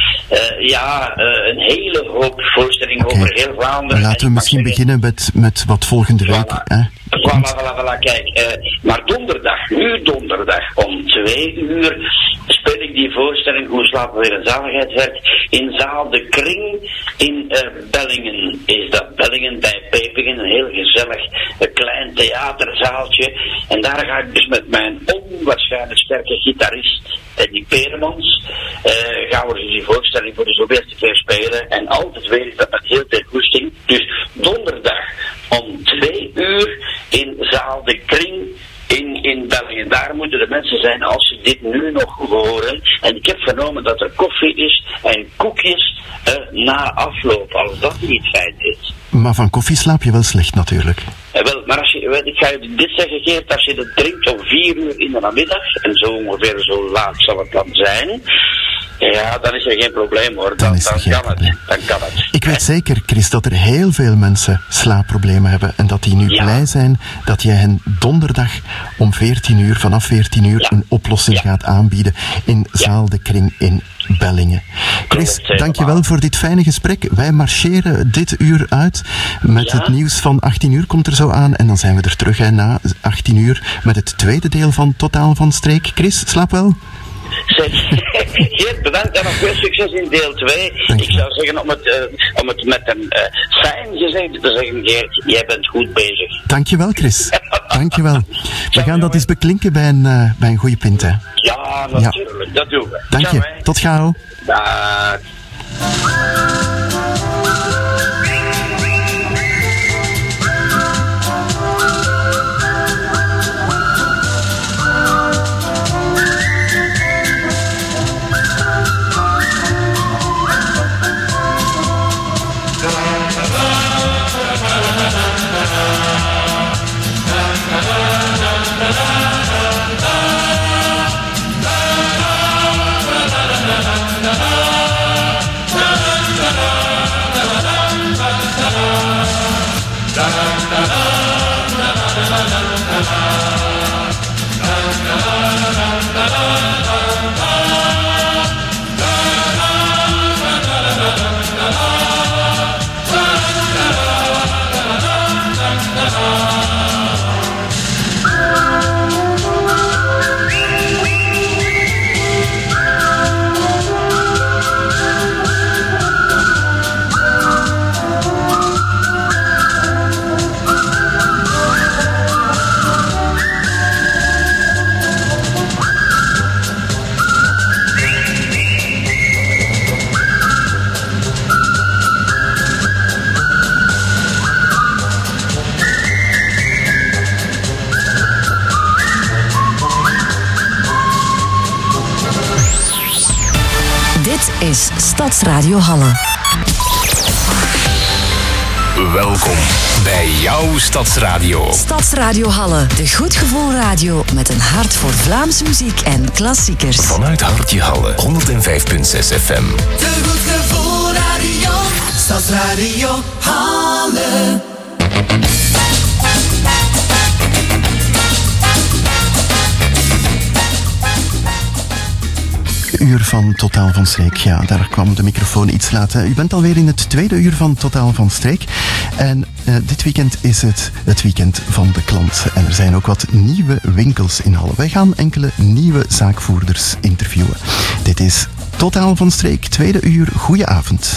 een hele hoop voorstellingen over heel Vlaanderen. Laten we misschien beginnen met wat volgende week. Voilà, kijk. Maar donderdag om 2 uur speel ik die voorstelling Hoe slapen weer een zaligheid werd in zaal De Kring in Bellingen. Is dat Bellingen bij Pepingen, een heel gezellig klein theaterzaaltje. En daar ga ik dus met mijn onwaarschijnlijk sterke gitarist Eddie Peremans gaan we dus die voorstelling voor de zoveelste keer spelen. En altijd weer is dat met heel veel goesting. Dus donderdag om 2 uur in zaal De Kring in België. Daar moeten de mensen zijn als ze dit nu nog horen. En ik heb vernomen dat er koffie is en koekjes na afloop, als dat niet fijn is. Maar van koffie slaap je wel slecht natuurlijk. Maar ik ga je dit zeggen, Geert, als je het drinkt om 4 uur in de namiddag, en zo ongeveer zo laat zal het dan zijn, Ja, dan is er geen probleem hoor. Dan is er geen probleem. Dan kan het. Ik weet zeker, Chris, dat er heel veel mensen slaapproblemen hebben en dat die nu blij zijn dat jij hen donderdag om 14 uur, vanaf 14 uur, een oplossing gaat aanbieden in Zaal de Kring in Bellingen. Chris, dankjewel voor dit fijne gesprek. Wij marcheren dit uur uit met het nieuws van 18 uur komt er zo aan en dan zijn we er terug na 18 uur met het tweede deel van Totaal van Streek. Chris, slaap wel. Geert, bedankt en nog veel succes in deel 2. Ik zou zeggen om het met een fijn gezegd te zeggen, Geert, jij bent goed bezig. Dankjewel, Chris. Dankjewel. We gaan dat eens beklinken bij een goede pint, hè. Ja, natuurlijk. Dat doen we. Dank je. Tot gauw. Dag. Is Stadsradio Halle. Welkom bij jouw Stadsradio. Stadsradio Halle, de goed gevoel radio met een hart voor Vlaamse muziek en klassiekers. Vanuit Hartje Halle, 105.6 FM. De goed gevoel radio, Stadsradio Halle. Uur van Totaal van Streek. Ja, daar kwam de microfoon iets laat. U bent alweer in het tweede uur van Totaal van Streek. En dit weekend is het weekend van de klant. En er zijn ook wat nieuwe winkels in Halle. Wij gaan enkele nieuwe zaakvoerders interviewen. Dit is Totaal van Streek, tweede uur. Goedenavond.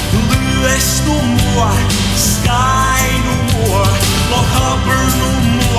Sky no more, Lochaber no more.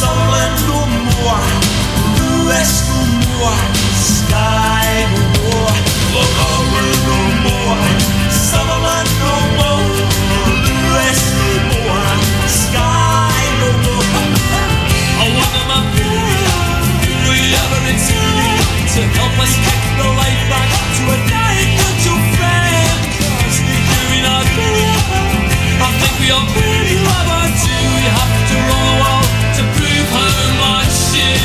Summerland no more, West no more, sky no more, Lower no more, Summerland no more, West no more, sky no more. I wonder my baby, if we ever intended to help us take the life back to a night good to friend, 'cause we're not good. I think we all pretty love our two. You have to roll a wall to prove how much it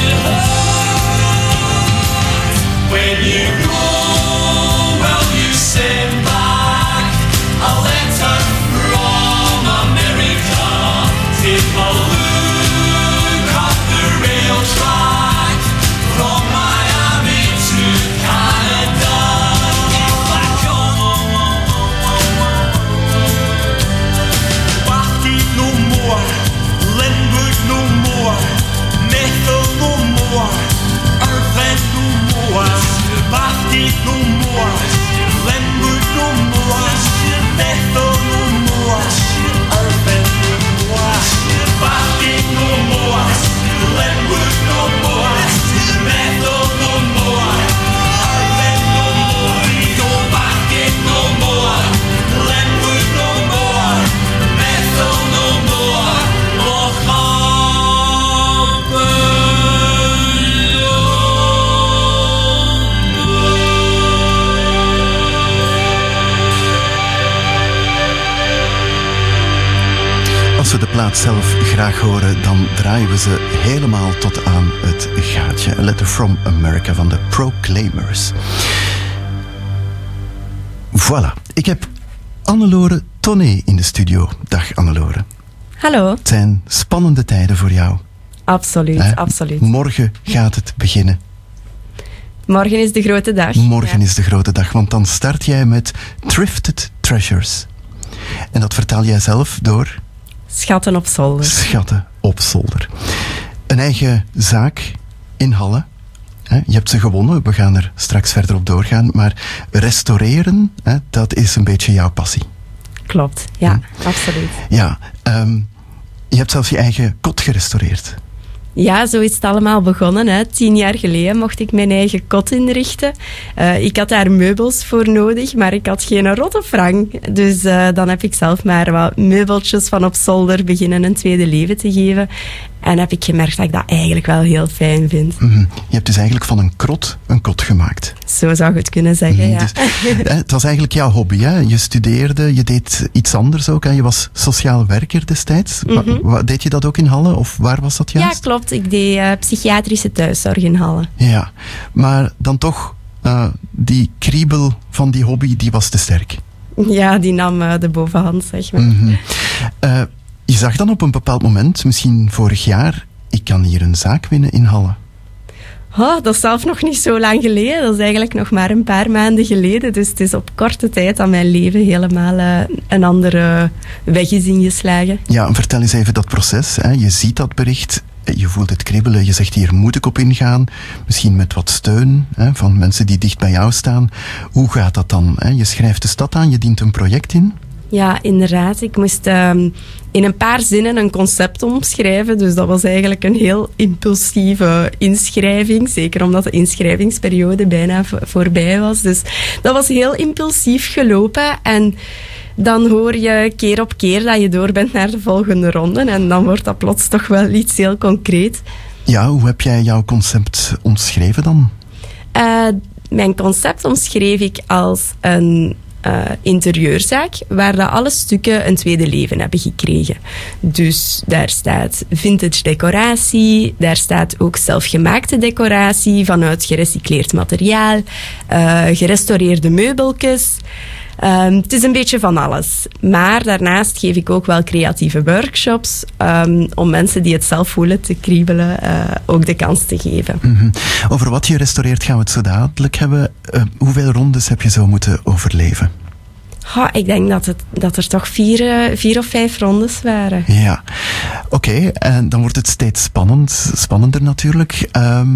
hurts. When you go, well you send back a letter from America. Take a look at the rail track from Miami to Canada. Get back on. Bhakti no more, Linwood no more, Methil no more, Irvine no more, Bhakti no more, Linwood no more, Methil no more, Irvine no more, Bhakti no more, Linwood no more, Methil no more, Irvine no more, go Bhakti no more, Linwood no more, Methil no more, Als we de plaat zelf graag horen, dan draaien we ze helemaal tot aan het gaatje. A Letter from America van de Proclaimers. Voilà. Ik heb Annelore Tonné in de studio. Dag Annelore. Hallo. Het zijn spannende tijden voor jou. Absoluut, absoluut. Morgen gaat het beginnen. Morgen is de grote dag. Morgen is de grote dag, want dan start jij met Thrifted Treasures. En dat vertaal jij zelf door? Schatten op zolder. Schatten op zolder. Een eigen zaak in Halle. Je hebt ze gewonnen, we gaan er straks verder op doorgaan. Maar restaureren, dat is een beetje jouw passie. Klopt, ja, absoluut. Ja, je hebt zelfs je eigen kot gerestaureerd. Ja, zo is het allemaal begonnen. Hè. 10 jaar geleden mocht ik mijn eigen kot inrichten. Ik had daar meubels voor nodig, maar ik had geen rotte frank. Dus dan heb ik zelf maar wat meubeltjes van op zolder beginnen een tweede leven te geven. En heb ik gemerkt dat ik dat eigenlijk wel heel fijn vind. Mm-hmm. Je hebt dus eigenlijk van een krot een kot gemaakt. Zo zou je het kunnen zeggen, ja. Dus, het was eigenlijk jouw hobby, hè? Je studeerde, je deed iets anders ook. Hè? Je was sociaal werker destijds. Mm-hmm. Deed je dat ook in Halle, of waar was dat juist? Ja, klopt. Ik deed psychiatrische thuiszorg in Halle. Ja, maar dan toch, die kriebel van die hobby, die was te sterk. Ja, die nam de bovenhand, zeg maar. Mm-hmm. Je zag dan op een bepaald moment, misschien vorig jaar, ik kan hier een zaak winnen in Halle. Oh, dat is zelf nog niet zo lang geleden. Dat is eigenlijk nog maar een paar maanden geleden. Dus het is op korte tijd dat mijn leven helemaal een andere weg is ingeslagen. Ja, vertel eens even dat proces. Hè. Je ziet dat bericht, je voelt het kribbelen, je zegt hier moet ik op ingaan. Misschien met wat steun van mensen die dicht bij jou staan. Hoe gaat dat dan? Hè? Je schrijft de stad aan, je dient een project in. Ja, inderdaad. Ik moest in een paar zinnen een concept omschrijven. Dus dat was eigenlijk een heel impulsieve inschrijving. Zeker omdat de inschrijvingsperiode bijna voorbij was. Dus dat was heel impulsief gelopen. En dan hoor je keer op keer dat je door bent naar de volgende ronde. En dan wordt dat plots toch wel iets heel concreet. Ja, hoe heb jij jouw concept omschreven dan? Mijn concept omschreef ik als een interieurzaak, waar dat alle stukken een tweede leven hebben gekregen. Dus daar staat vintage decoratie, daar staat ook zelfgemaakte decoratie vanuit gerecycleerd materiaal, gerestaureerde meubeltjes. Het is een beetje van alles. Maar daarnaast geef ik ook wel creatieve workshops om mensen die het zelf voelen te kriebelen ook de kans te geven. Mm-hmm. Over wat je restaureert gaan we het zo dadelijk hebben. Hoeveel rondes heb je zo moeten overleven? Ik denk dat er toch 4 of 5 rondes waren. Ja, oké. En dan wordt het steeds spannender natuurlijk.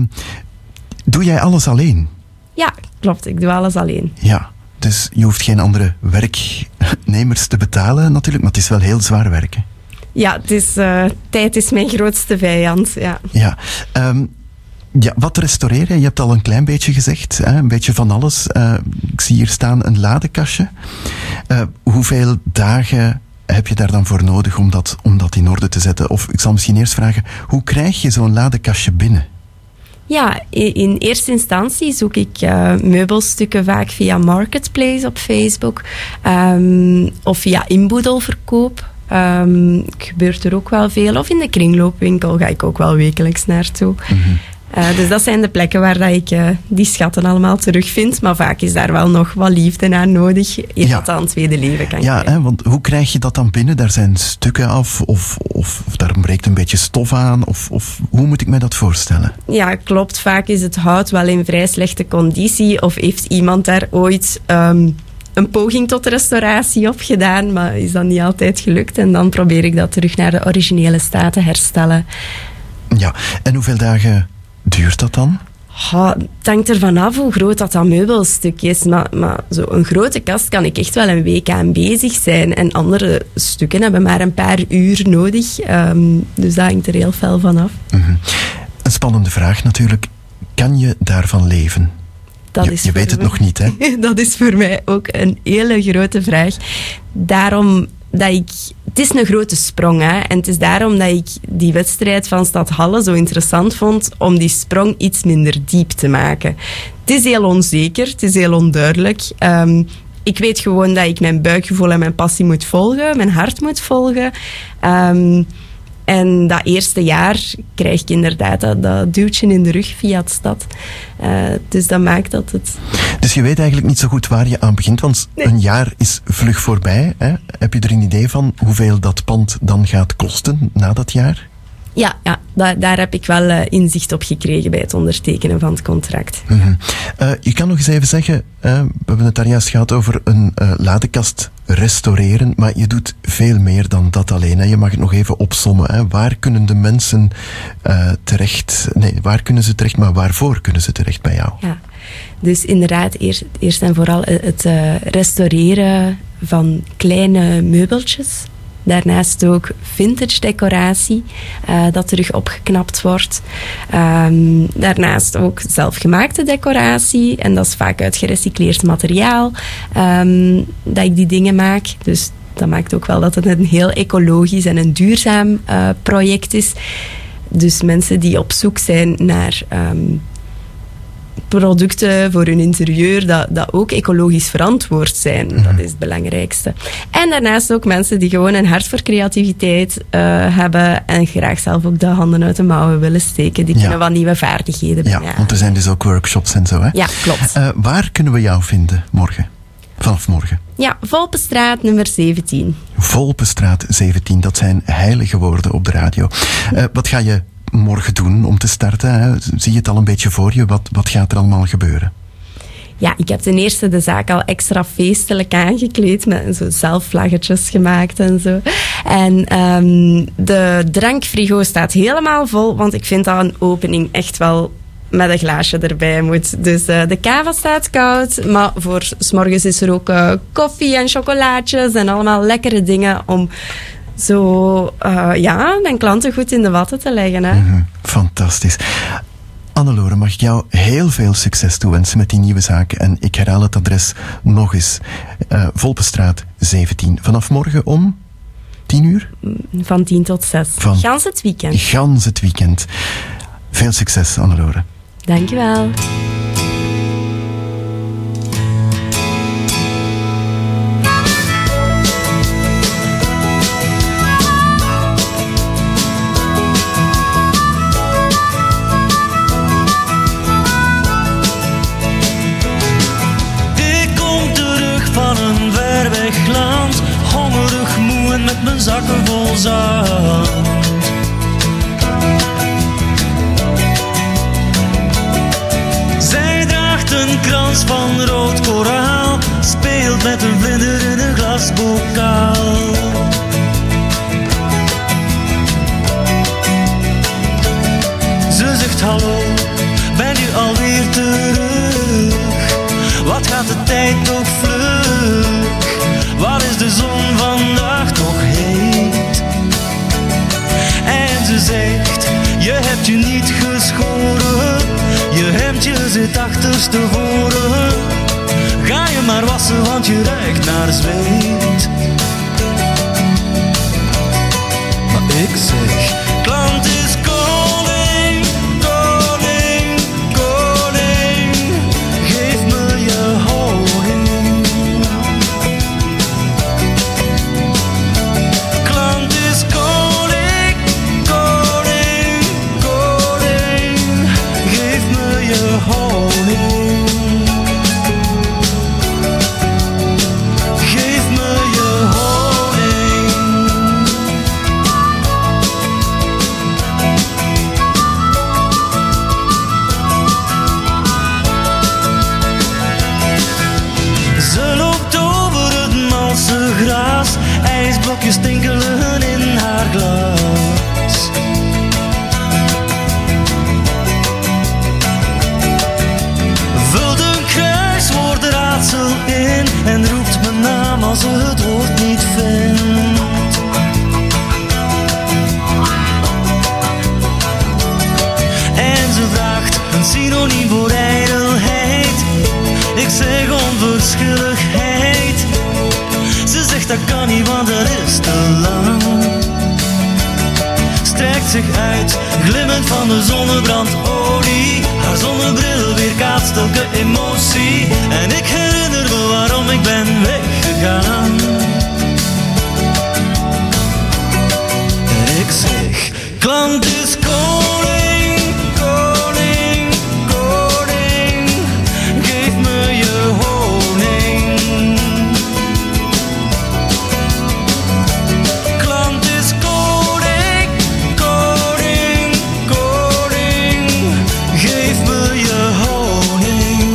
Doe jij alles alleen? Ja, klopt. Ik doe alles alleen. Ja. Dus je hoeft geen andere werknemers te betalen natuurlijk, maar het is wel heel zwaar werken. Ja, het is, tijd is mijn grootste vijand. Ja. Ja, ja, wat restaureren? Je hebt al een klein beetje gezegd, hè? Een beetje van alles. Ik zie hier staan een ladekastje. Hoeveel dagen heb je daar dan voor nodig om dat in orde te zetten? Of ik zal misschien eerst vragen, hoe krijg je zo'n ladekastje binnen? Ja, in eerste instantie zoek ik meubelstukken vaak via Marketplace op Facebook of via inboedelverkoop. Gebeurt er ook wel veel. Of in de kringloopwinkel ga ik ook wel wekelijks naartoe. Mm-hmm. Dus dat zijn de plekken waar dat ik die schatten allemaal terugvind. Maar vaak is daar wel nog wat liefde naar nodig. Eer dat dan een tweede leven kan krijgen. Ja, want hoe krijg je dat dan binnen? Daar zijn stukken af of daar breekt een beetje stof aan? Of hoe moet ik mij dat voorstellen? Ja, klopt. Vaak is het hout wel in vrij slechte conditie. Of heeft iemand daar ooit een poging tot restauratie op gedaan. Maar is dat niet altijd gelukt. En dan probeer ik dat terug naar de originele staat te herstellen. Ja, en hoeveel dagen duurt dat dan? Het hangt ervan af hoe groot dat meubelstuk is. Maar zo'n grote kast kan ik echt wel een week aan bezig zijn. En andere stukken hebben maar een paar uur nodig. Dus dat hangt er heel fel van af. Mm-hmm. Een spannende vraag natuurlijk. Kan je daarvan leven? Je weet het nog niet, hè? Dat is voor mij ook een hele grote vraag. Daarom dat het is een grote sprong, hè? En het is daarom dat ik die wedstrijd van Stad Halle zo interessant vond, om die sprong iets minder diep te maken. Het is heel onzeker, het is heel onduidelijk. Ik weet gewoon dat ik mijn buikgevoel en mijn passie moet volgen, mijn hart moet volgen. En dat eerste jaar krijg ik inderdaad dat duwtje in de rug via het stad. Dus dat maakt dat het... Dus je weet eigenlijk niet zo goed waar je aan begint, want een jaar is vlug voorbij. Hè? Heb je er een idee van hoeveel dat pand dan gaat kosten na dat jaar? Ja, daar heb ik wel inzicht op gekregen bij het ondertekenen van het contract. Mm-hmm. Je kan nog eens even zeggen, we hebben het daar juist gehad over een ladekast restaureren, maar je doet veel meer dan dat alleen. Hè? Je mag het nog even opsommen. Hè? Waar kunnen de mensen terecht? Nee, waar kunnen ze terecht, maar waarvoor kunnen ze terecht bij jou? Ja, dus inderdaad, eerst en vooral het restaureren van kleine meubeltjes. Daarnaast ook vintage decoratie, dat terug opgeknapt wordt. Daarnaast ook zelfgemaakte decoratie. En dat is vaak uit gerecycleerd materiaal dat ik die dingen maak. Dus dat maakt ook wel dat het een heel ecologisch en een duurzaam project is. Dus mensen die op zoek zijn naar producten voor hun interieur dat ook ecologisch verantwoord zijn. Dat is het belangrijkste. En daarnaast ook mensen die gewoon een hart voor creativiteit hebben en graag zelf ook de handen uit de mouwen willen steken. Die kunnen wat nieuwe vaardigheden brengen. Ja, want er zijn dus ook workshops en zo, hè? Ja, klopt. Waar kunnen we jou vinden morgen? Vanaf morgen? Ja, Volpenstraat nummer 17. Volpenstraat 17, dat zijn heilige woorden op de radio. Wat ga je morgen doen om te starten? Hè? Zie je het al een beetje voor je? Wat gaat er allemaal gebeuren? Ja, ik heb ten eerste de zaak al extra feestelijk aangekleed, met zo zelf vlaggetjes gemaakt en zo. En de drankfrigo staat helemaal vol, want ik vind dat een opening echt wel met een glaasje erbij moet. Dus de kava staat koud, maar voor 's morgens is er ook koffie en chocolaatjes en allemaal lekkere dingen om zo, mijn klanten goed in de watten te leggen. Hè? Mm-hmm. Fantastisch. Annelore, mag ik jou heel veel succes toewensen met die nieuwe zaak. En ik herhaal het adres nog eens. Volpenstraat 17. Vanaf morgen om 10 uur? Van 10 tot 6. Gans het weekend. Gans het weekend. Veel succes, Annelore. Dankjewel. Mijn zakken vol zand. Zij draagt een krans van rood koraal, speelt met een vlinder in een glasbokaal. Ze zegt hallo, ben je alweer terug? Wat gaat de tijd toch vlug? Waar is de zon vandaag toch heet? het achterstevoren. Ga je maar wassen, want je ruikt naar zweet. Maar ik zeg, klant is koning, koning, koning. Geef me je honing. Klant is koning, koning, koning. Geef me je honing. Geef me je honing. Ze loopt over het malse gras, ijsblokjes tinkelen in haar glas. Vult een kruiswoordraadsel in en roept mijn naam als ze het woord niet vindt. En ze vraagt een synoniem voor ijdelheid. Ik zeg onverschilligheid. Ze zegt dat kan niet, want dat is te lang. Strekt zich uit, glimmend van de zonnebrandolie. Haar zonnebril weerkaatst elke emotie. En ik herinner me waarom ik ben weggegaan. En ik zeg, klant is koning, koning, koning. Geef me je honing. Klant is koning, koning, koning. Geef me je honing.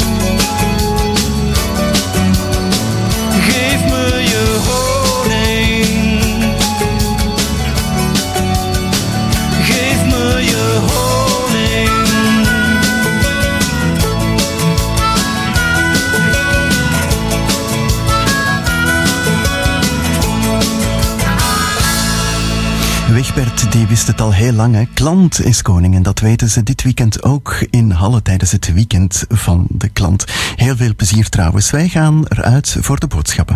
Geef me je honing. Geef me je honing. Wigbert die wist het al heel lang, hè. Klant is koning en dat weten ze dit weekend ook in Halle tijdens het weekend van de klant. Heel veel plezier trouwens. Wij gaan eruit voor de boodschappen.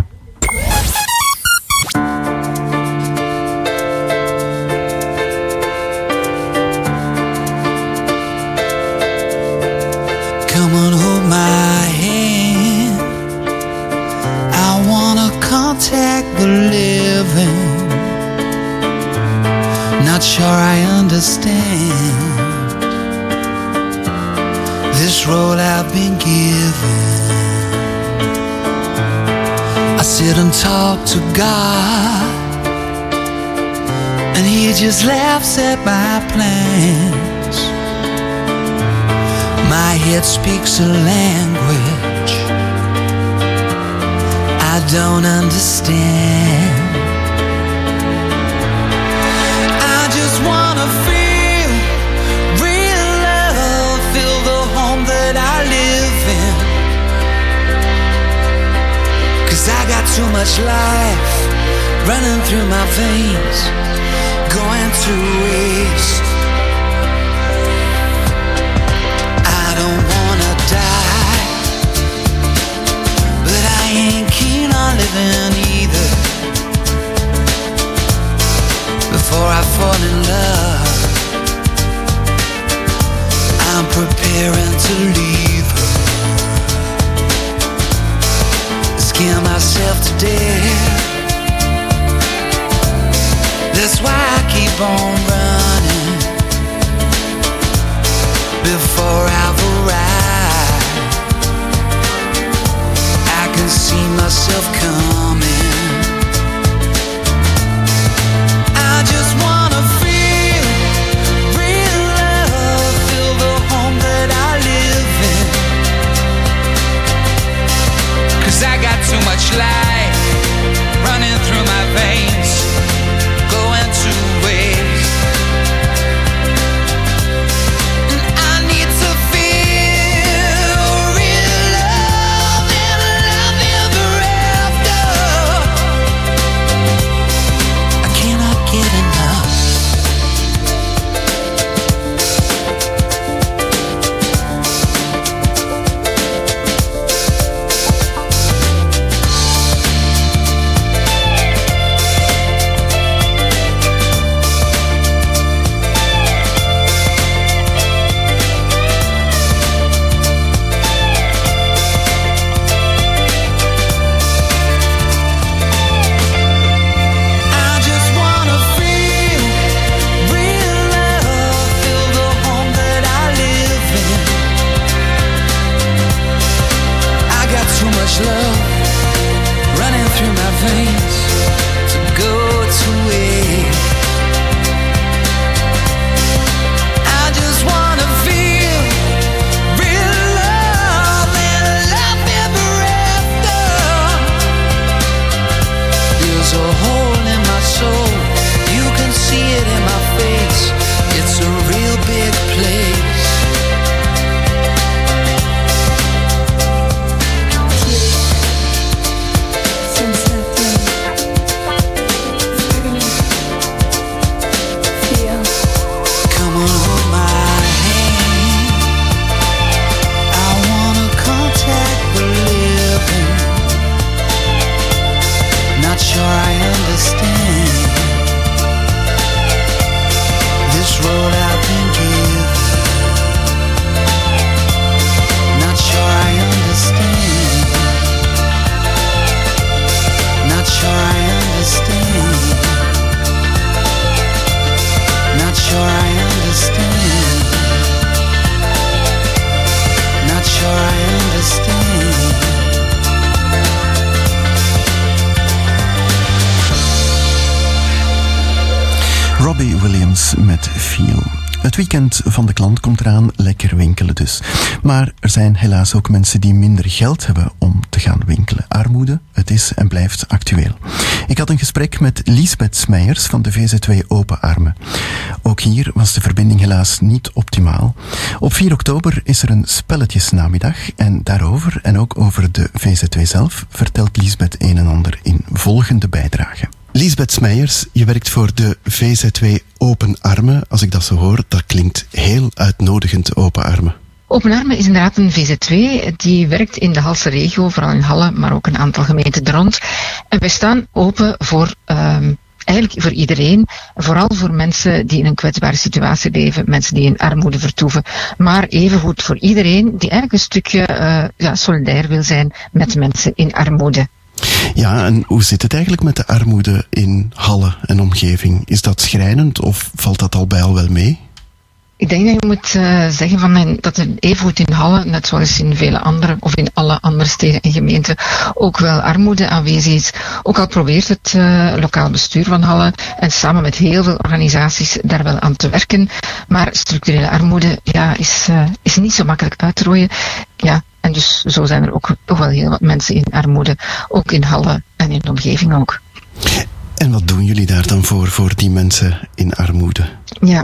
Come on, hold my hand. I wanna contact the living. Not sure I understand this role I've been given. I sit and talk to God, and He just laughs at my plans. My head speaks a language I don't understand. I just wanna feel real love, feel the home that I live in. 'Cause I got too much life running through my veins, going to waste. I don't wanna die, but I ain't keen on living either. Before I fall in love, I'm preparing to leave her. Scare myself to death. That's why I keep on running before I've arrived. I can see myself coming. I just wanna feel real love, feel the home that I live in. 'Cause I got too much life running through my veins, going to waste. And I need to feel real love and love ever after. I cannot get enough. Robbie Williams met Feel. Het weekend van de klant komt eraan, lekker winkelen dus. Maar er zijn helaas ook mensen die minder geld hebben om te gaan winkelen. Armoede, het is en blijft actueel. Ik had een gesprek met Liesbeth Smeijers van de VZW Open Armen. Ook hier was de verbinding helaas niet optimaal. Op 4 oktober is er een spelletjesnamiddag en daarover en ook over de VZW zelf vertelt Liesbeth een en ander in volgende bijdrage. Liesbeth Smeijers, je werkt voor de VZW Open Armen. Als ik dat zo hoor, dat klinkt heel uitnodigend, Open Armen. Open Armen is inderdaad een VZW die werkt in de Halse regio, vooral in Halle, maar ook een aantal gemeenten er rond. En wij staan open voor eigenlijk voor iedereen, vooral voor mensen die in een kwetsbare situatie leven, mensen die in armoede vertoeven, maar evengoed voor iedereen die eigenlijk een stukje solidair wil zijn met mensen in armoede. Ja, en hoe zit het eigenlijk met de armoede in Halle en omgeving? Is dat schrijnend of valt dat al bij al wel mee? Ik denk dat je moet zeggen dat er evengoed in Halle, net zoals in vele andere, of in alle andere steden en gemeenten, ook wel armoede aanwezig is. Ook al probeert het lokaal bestuur van Halle en samen met heel veel organisaties daar wel aan te werken. Maar structurele armoede is niet zo makkelijk uit te rooien. Ja, en dus zo zijn er ook toch wel heel wat mensen in armoede, ook in Halle en in de omgeving ook. En wat doen jullie daar dan voor die mensen in armoede? Ja.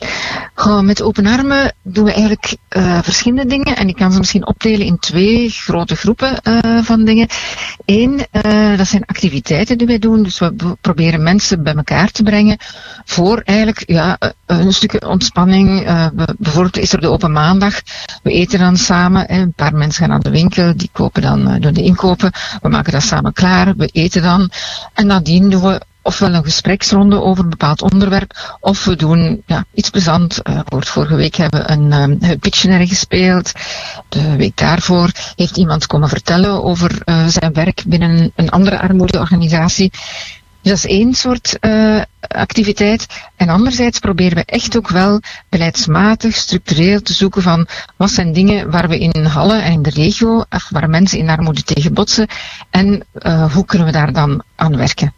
Met Open Armen doen we eigenlijk verschillende dingen en ik kan ze misschien opdelen in 2 grote groepen van dingen. Eén, dat zijn activiteiten die wij doen, dus we proberen mensen bij elkaar te brengen voor eigenlijk een stukje ontspanning. Bijvoorbeeld is er de Open Maandag, we eten dan samen, een paar mensen gaan aan de winkel, die kopen dan, doen de inkopen, we maken dat samen klaar, we eten dan en nadien doen we ofwel een gespreksronde over een bepaald onderwerp, of we doen iets plezant. Vorige week hebben we een Pictionary gespeeld. De week daarvoor heeft iemand komen vertellen over zijn werk binnen een andere armoedeorganisatie. Dus dat is één soort activiteit. En anderzijds proberen we echt ook wel beleidsmatig, structureel te zoeken van wat zijn dingen waar we in Halle en in de regio, waar mensen in armoede tegen botsen, en hoe kunnen we daar dan aan werken.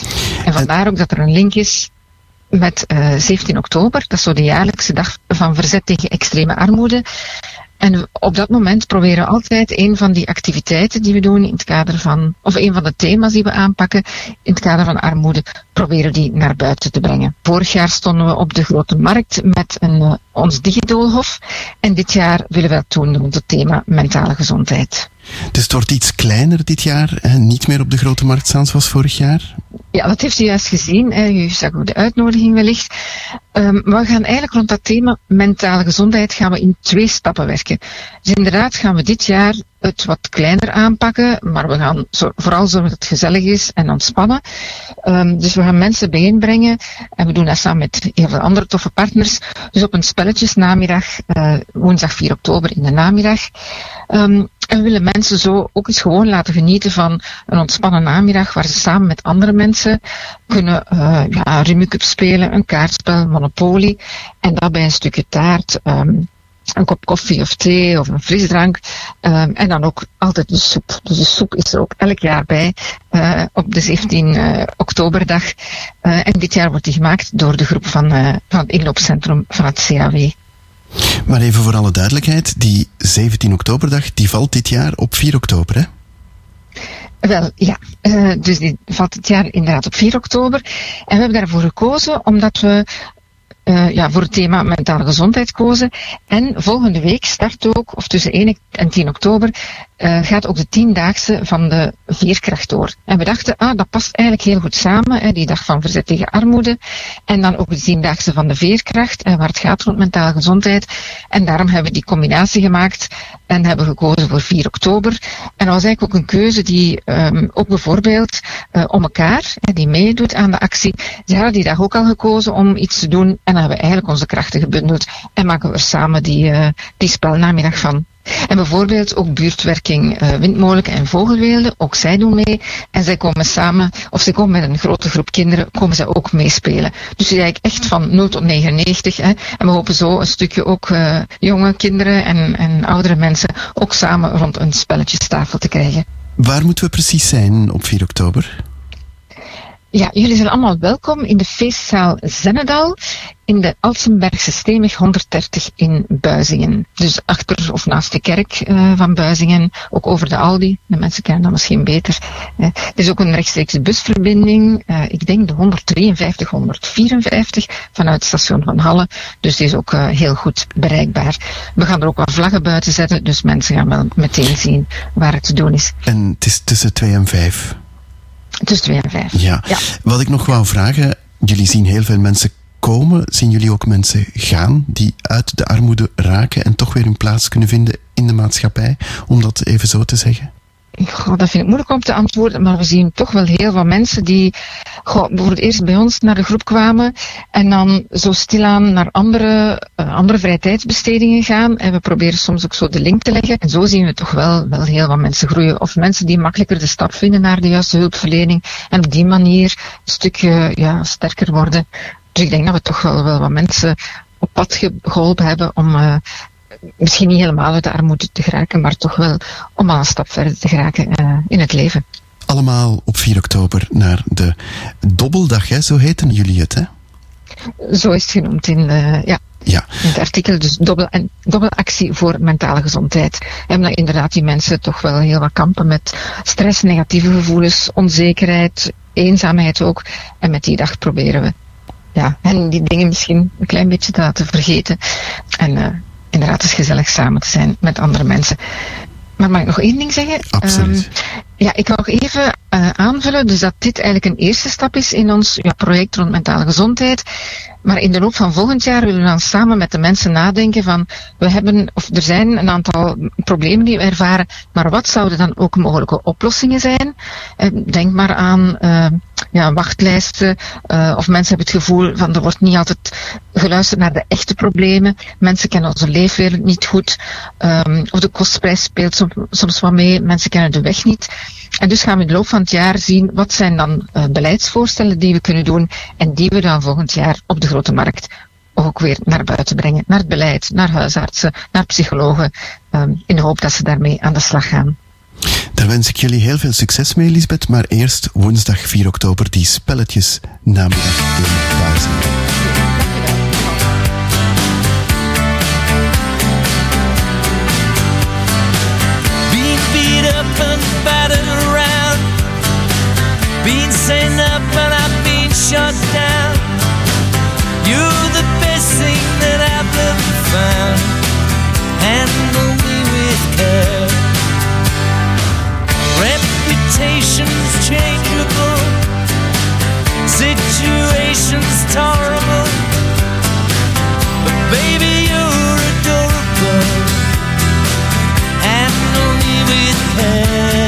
En vandaar ook dat er een link is met 17 oktober, dat is zo de jaarlijkse dag van verzet tegen extreme armoede. En op dat moment proberen we altijd een van die activiteiten die we doen in het kader van, of een van de thema's die we aanpakken in het kader van armoede, proberen die naar buiten te brengen. Vorig jaar stonden we op de Grote Markt met ons Digidoolhof en dit jaar willen we dat doen rond het thema mentale gezondheid. Dus het wordt iets kleiner dit jaar, niet meer op de Grote Markt staan zoals vorig jaar? Ja, dat heeft u juist gezien. U zag ook de uitnodiging wellicht. Maar we gaan eigenlijk rond dat thema mentale gezondheid gaan we in 2 stappen werken. Dus inderdaad gaan we dit jaar het wat kleiner aanpakken, maar we gaan vooral zorgen dat het gezellig is en ontspannen. Dus we gaan mensen bijeenbrengen en we doen dat samen met heel veel andere toffe partners. Dus op een spelletjesnamiddag, woensdag 4 oktober in de namiddag. En we willen mensen zo ook eens gewoon laten genieten van een ontspannen namiddag waar ze samen met andere mensen kunnen Rumucup spelen, een kaartspel, Monopoly en daarbij een stukje taart, een kop koffie of thee of een frisdrank en dan ook altijd de soep. Dus de soep is er ook elk jaar bij op de 17 oktoberdag en dit jaar wordt die gemaakt door de groep van het inloopcentrum van het CAW. Maar even voor alle duidelijkheid, die 17 oktoberdag die valt dit jaar op 4 oktober, hè? Wel, ja. Dus die valt dit jaar inderdaad op 4 oktober. En we hebben daarvoor gekozen omdat we voor het thema mentale gezondheid kozen. En volgende week start ook, of tussen 1 en 10 oktober, gaat ook de 10-daagse van de veerkracht door. En we dachten, dat past eigenlijk heel goed samen, die dag van verzet tegen armoede. En dan ook de 10-daagse van de veerkracht, waar het gaat rond mentale gezondheid. En daarom hebben we die combinatie gemaakt en hebben gekozen voor 4 oktober. En dat was eigenlijk ook een keuze die ook bijvoorbeeld om elkaar, die meedoet aan de actie, ze hadden die dag ook al gekozen om iets te doen. En dan hebben we eigenlijk onze krachten gebundeld en maken we er samen die spelnamiddag van. En bijvoorbeeld ook buurtwerking Windmolen en Vogelweelde, ook zij doen mee. En zij komen samen, of zij komen met een grote groep kinderen, komen zij ook meespelen. Dus het is eigenlijk echt van 0 tot 99. En we hopen zo een stukje ook jonge kinderen en oudere mensen ook samen rond een spelletjestafel te krijgen. Waar moeten we precies zijn op 4 oktober? Ja, jullie zijn allemaal welkom in de feestzaal Zennedal in de Alsenbergse Steenweg 130 in Buizingen. Dus achter of naast de kerk van Buizingen, ook over de Aldi. De mensen kennen dat misschien beter. Er is ook een rechtstreekse busverbinding, ik denk de 153, 154 vanuit het station van Halle. Dus die is ook heel goed bereikbaar. We gaan er ook wat vlaggen buiten zetten, dus mensen gaan wel meteen zien waar het te doen is. En het is tussen 2 en 5. Tussen 2 en 5. Ja. Wat ik nog wou vragen, jullie zien heel veel mensen komen. Zien jullie ook mensen gaan die uit de armoede raken en toch weer hun plaats kunnen vinden in de maatschappij? Om dat even zo te zeggen. Goh, dat vind ik moeilijk om te antwoorden, maar we zien toch wel heel wat mensen die bijvoorbeeld eerst bij ons naar de groep kwamen en dan zo stilaan naar andere vrije tijdsbestedingen gaan. En we proberen soms ook zo de link te leggen. En zo zien we toch wel heel wat mensen groeien. Of mensen die makkelijker de stap vinden naar de juiste hulpverlening en op die manier een stukje sterker worden. Dus ik denk dat we toch wel wat mensen op pad geholpen hebben om misschien niet helemaal uit de armoede te geraken, maar toch wel om al een stap verder te geraken in het leven. Allemaal op 4 oktober naar de Dobbeldag, hè? Zo heten jullie het, hè? Zo is het genoemd in het artikel. Dus dobbelactie voor mentale gezondheid. En dat inderdaad die mensen toch wel heel wat kampen met stress, negatieve gevoelens, onzekerheid, eenzaamheid ook. En met die dag proberen we hen die dingen misschien een klein beetje te laten vergeten. En inderdaad eens gezellig samen te zijn met andere mensen. Maar mag ik nog één ding zeggen? Absoluut. Ik wou ook even aanvullen, dus dat dit eigenlijk een eerste stap is in ons project rond mentale gezondheid. Maar in de loop van volgend jaar willen we dan samen met de mensen nadenken van, er zijn een aantal problemen die we ervaren, maar wat zouden dan ook mogelijke oplossingen zijn? Denk maar aan wachtlijsten, of mensen hebben het gevoel van, er wordt niet altijd geluisterd naar de echte problemen. Mensen kennen onze leefwereld niet goed, of de kostprijs speelt soms wat mee, mensen kennen de weg niet. En dus gaan we in de loop van het jaar zien wat zijn dan beleidsvoorstellen die we kunnen doen en die we dan volgend jaar op de grote markt ook weer naar buiten brengen. Naar het beleid, naar huisartsen, naar psychologen, in de hoop dat ze daarmee aan de slag gaan. Daar wens ik jullie heel veel succes mee, Lisbeth. Maar eerst woensdag 4 oktober die spelletjes namiddag in Buizingen. Battered around, been saying up and I've been shut down. You're the best thing that I've ever found. Handle me with care. Reputation's changeable, situation's tolerable, but baby you're adorable. Handle me with care.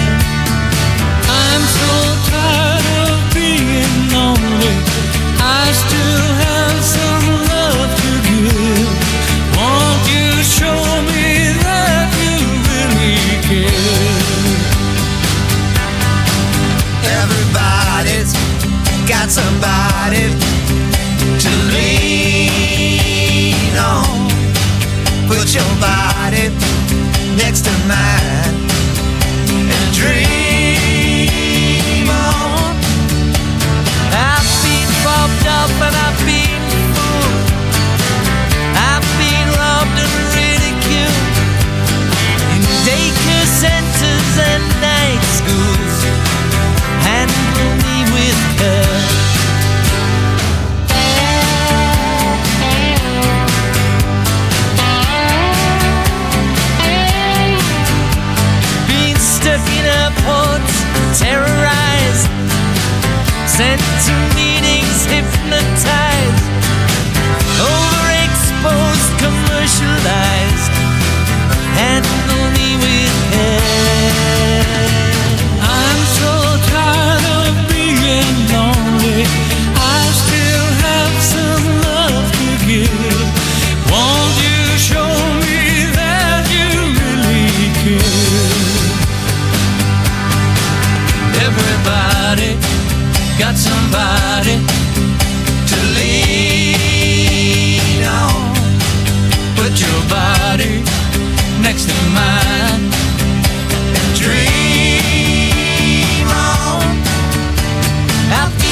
I'm so tired of being lonely. I still have some love to give. Won't you show me that you really care? Everybody's got somebody to lean on. Put your body next to mine and dream on. I've been bobbed up and I've been fooled. I've been robbed and ridiculed in daycare centers and night schools. Handle me with care. Stuck in airports, terrorized, sent to meetings, hypnotized, overexposed, commercialized. Handle me with care. I'm so tired of being lonely. I still have some love to give. Won't you show me that you really care? Everybody got somebody to lean on. Put your body next to mine and dream on. I've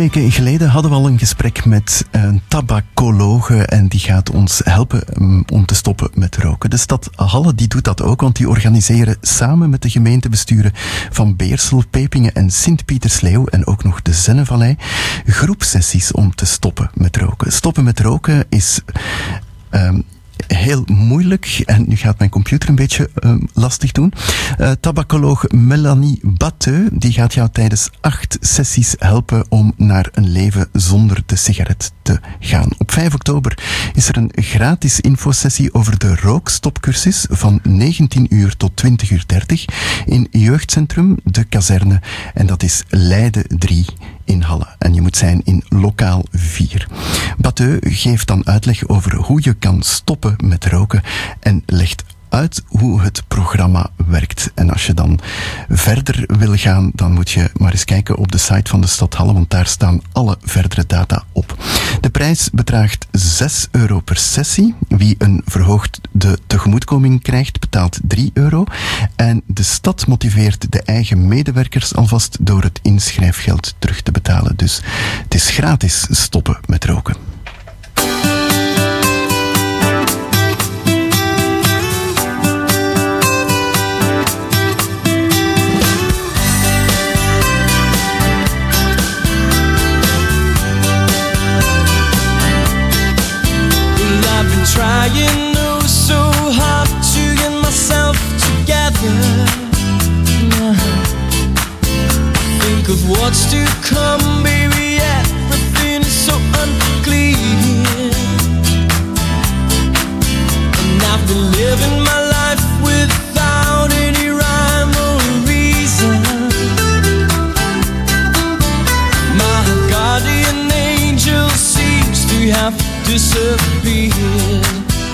weken geleden hadden we al een gesprek met een tabacologe en die gaat ons helpen om te stoppen met roken. De stad Halle die doet dat ook, want die organiseren samen met de gemeentebesturen van Beersel, Pepingen en Sint-Pietersleeuw en ook nog de Zennevallei groepsessies om te stoppen met roken. Stoppen met roken is heel moeilijk en nu gaat mijn computer een beetje lastig doen. Tabacoloog Melanie Batteux die gaat jou tijdens 8 sessies helpen om naar een leven zonder de sigaret te gaan. Op 5 oktober is er een gratis infosessie over de rookstopcursus van 19 uur tot 20 uur 30 in jeugdcentrum De Kazerne en dat is Leiden 3 in Halle. En je moet zijn in lokaal 4. Batteux geeft dan uitleg over hoe je kan stoppen met roken en legt uit hoe het programma werkt. En als je dan verder wil gaan, dan moet je maar eens kijken op de site van de stad Halle, want daar staan alle verdere data op. De prijs bedraagt €6 per sessie. Wie een verhoogde tegemoetkoming krijgt, betaalt €3. En de stad motiveert de eigen medewerkers alvast door het inschrijfgeld terug te betalen. Dus het is gratis stoppen met roken. Trying oh so hard to get myself together. Think of what's to come, baby. Everything is so unclear. And I've been living my life without any rhyme or reason. My guardian angel seems to have disappeared.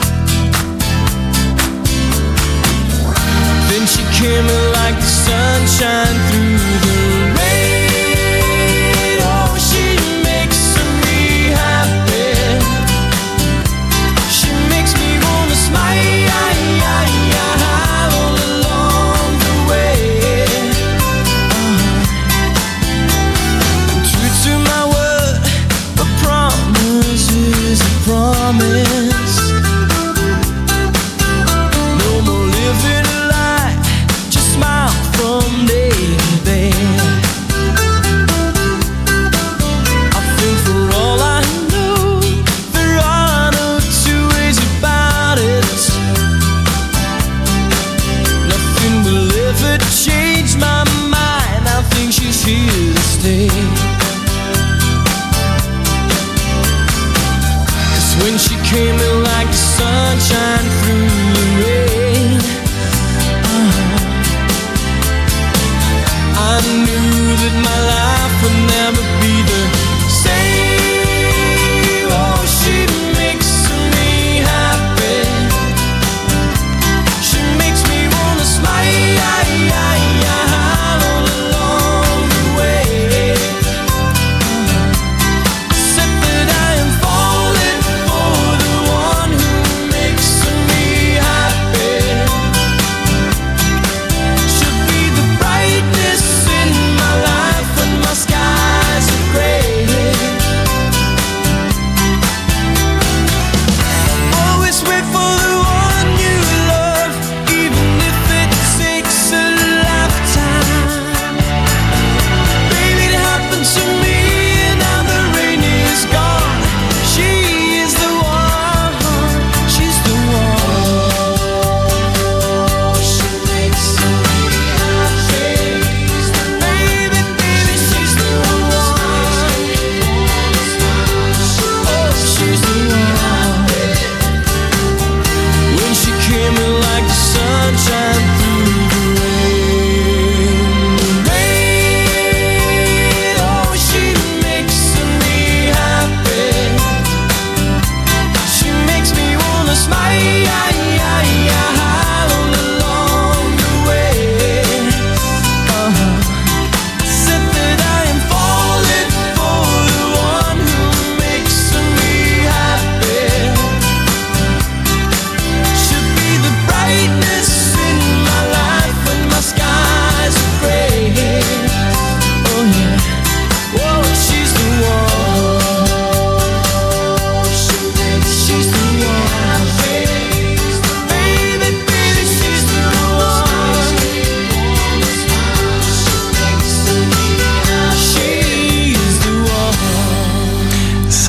Then she came in like the sunshine through the rain. Oh, she makes me happy. She makes me wanna smile all along the way. True to my word, a promise is a promise. No more living a lie, just smile from day to day. I think for all I know, there are no two ways about it. Nothing will ever change my mind. I think she's here to stay. When she came in like the sunshine through the rain, I knew that my life would never be the same. Oh, she makes me happy. She makes me wanna smile all along the way. Said that I am falling for the one who makes me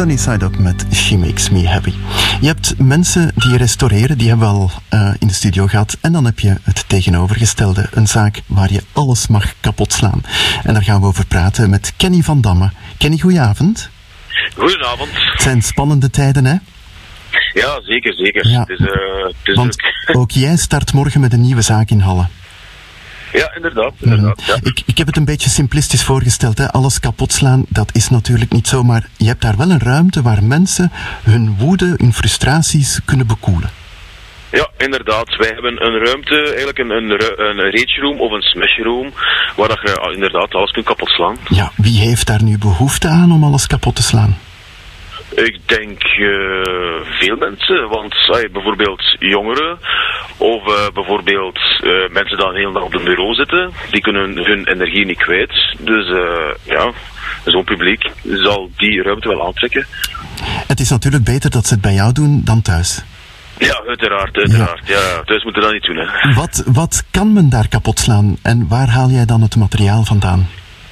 Sunny Side Up met She Makes Me Happy. Je hebt mensen die restaureren, die hebben we al in de studio gehad. En dan heb je het tegenovergestelde. Een zaak waar je alles mag kapot slaan. En daar gaan we over praten met Kenny van Damme. Kenny, goedenavond. Goedenavond. Het zijn spannende tijden, hè? Ja, zeker, zeker. Ja. Het is Want druk. ook jij start morgen met een nieuwe zaak in Halle. Ja, inderdaad. Ja. Ik heb het een beetje simplistisch voorgesteld. Hè. Alles kapot slaan, dat is natuurlijk niet zo. Maar je hebt daar wel een ruimte waar mensen hun woede, hun frustraties kunnen bekoelen. Ja, inderdaad. Wij hebben een ruimte, eigenlijk een rage room of een smash room, waar dat je inderdaad alles kunt kapot slaan. Ja, wie heeft daar nu behoefte aan om alles kapot te slaan? Ik denk veel mensen, want bijvoorbeeld jongeren of bijvoorbeeld mensen die de hele dag op het bureau zitten, die kunnen hun energie niet kwijt. Dus ja, zo'n publiek zal die ruimte wel aantrekken. Het is natuurlijk beter dat ze het bij jou doen dan thuis. Ja, uiteraard. Ja, thuis moeten we dat niet doen. Hè. Wat kan men daar kapot slaan en waar haal jij dan het materiaal vandaan?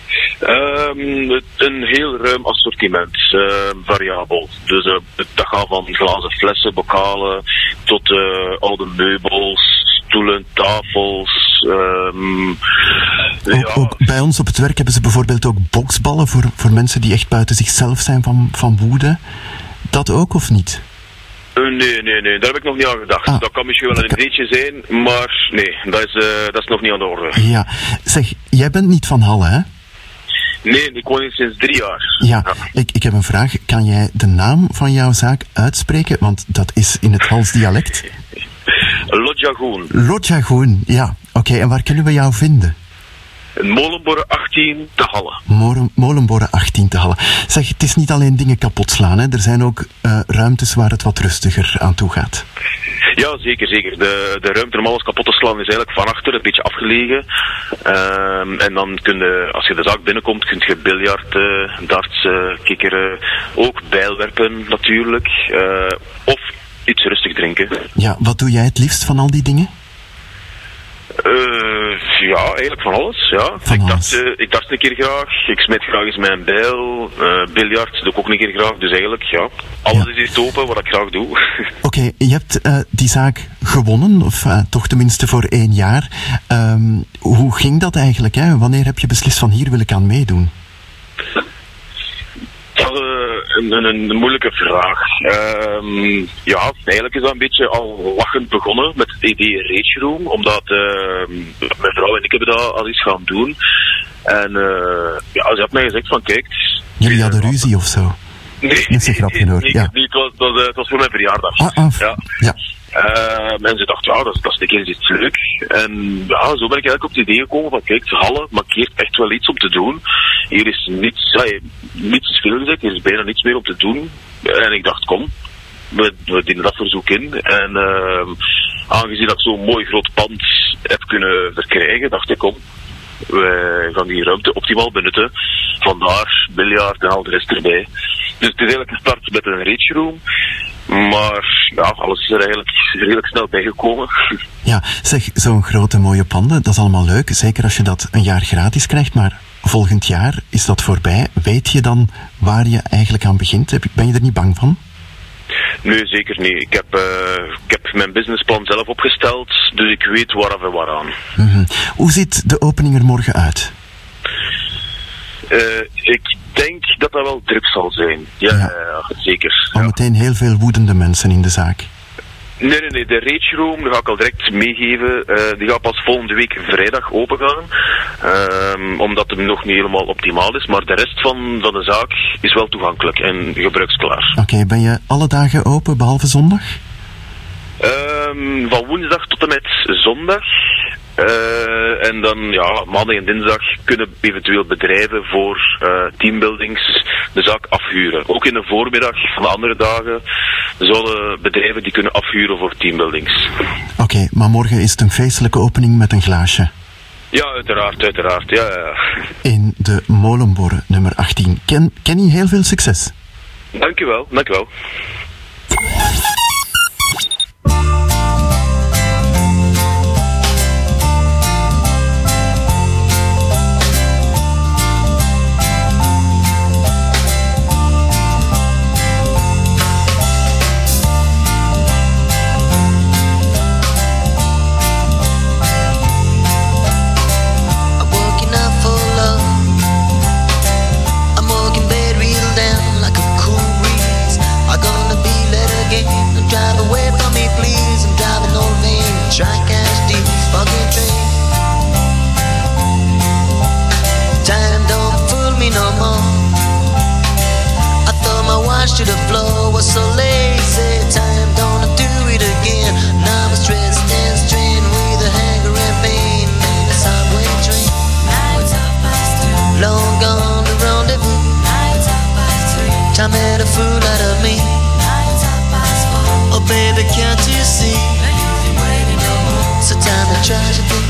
Een heel ruim assortiment, variabel. Dus dat gaat van glazen flessen, bokalen, tot oude meubels, stoelen, tafels. Ook bij ons op het werk hebben ze bijvoorbeeld ook boksballen voor mensen die echt buiten zichzelf zijn van woede. Dat ook of niet? Nee, daar heb ik nog niet aan gedacht. Dat kan misschien wel een ideetje zijn, maar nee, dat is nog niet aan de orde. Ja, zeg, jij bent niet van Halle, hè? Nee, ik woon hier sinds 3 jaar. Ja. Ik heb een vraag. Kan jij de naam van jouw zaak uitspreken? Want dat is in het Hals dialect. Lodjagoen. Lodjagoen, ja. Oké, en waar kunnen we jou vinden? Molenborre 18 te Halle. Molenborre 18 te Halle. Zeg, het is niet alleen dingen kapot slaan, hè. Er zijn ook ruimtes waar het wat rustiger aan toe gaat. Ja, zeker. De ruimte om alles kapot te slaan is eigenlijk van achter, een beetje afgelegen. En dan kun je, als je de zaak binnenkomt, kun je biljarten, darts, kikkeren, ook bijlwerpen natuurlijk. Of iets rustig drinken. Ja, wat doe jij het liefst van al die dingen? Ja, eigenlijk van alles. Ja. Ik dart een keer graag, ik smijt graag eens mijn bijl, biljart doe ik ook een keer graag. Dus eigenlijk, ja, alles is hier open wat ik graag doe. Oké, je hebt die zaak gewonnen, of toch tenminste voor 1 jaar. Hoe ging dat eigenlijk? Hè? Wanneer heb je beslist van hier wil ik aan meedoen? Een moeilijke vraag. Ja, eigenlijk is dat een beetje al lachend begonnen met het idee Rage Room, omdat mijn vrouw en ik hebben dat al eens gaan doen. En ja, ze had mij gezegd van kijk... Jullie hadden ruzie of zo? Nee, dat is een grapje hoor. Ja. Het was voor mijn verjaardag. Ja. En ze dacht, ja, dat is een keer iets leuk. En ja, zo ben ik eigenlijk op het idee gekomen van, kijk, Halle markeert echt wel iets om te doen. Hier is niets veel gezegd, hier is bijna niets meer om te doen. En ik dacht, kom, we dienen dat verzoek in. En aangezien dat ik zo'n mooi groot pand heb kunnen verkrijgen, dacht ik, kom, we gaan die ruimte optimaal benutten. Vandaar biljart en al de rest erbij. Dus het is eigenlijk gestart met een rage room. Maar ja, alles is er eigenlijk redelijk snel bijgekomen. Ja, zeg, zo'n grote mooie panden, dat is allemaal leuk. Zeker als je dat een jaar gratis krijgt, maar volgend jaar is dat voorbij. Weet je dan waar je eigenlijk aan begint? Ben je er niet bang van? Nee, zeker niet. Ik heb mijn businessplan zelf opgesteld, dus ik weet waaraf en waaraan. Hoe ziet de opening er morgen uit? Ik denk dat dat wel druk zal zijn. Ja. Zeker. Al meteen heel veel woedende mensen in de zaak. Nee. De Rage Room, dat ga ik al direct meegeven. Die gaat pas volgende week vrijdag open gaan. Omdat het nog niet helemaal optimaal is. Maar de rest van de zaak is wel toegankelijk en gebruiksklaar. Oké, ben je alle dagen open behalve zondag? Van woensdag tot en met zondag. En dan, ja, maandag en dinsdag kunnen eventueel bedrijven voor teambuildings de zaak afhuren. Ook in de voormiddag van de andere dagen zullen bedrijven die kunnen afhuren voor teambuildings. Oké, maar morgen is het een feestelijke opening met een glaasje. Ja, uiteraard. Ja. In de Molenborre nummer 18. Kenny, heel veel succes. Dank u wel. Time made a fool out of me. Oh baby, can't you see? So time to tragedy.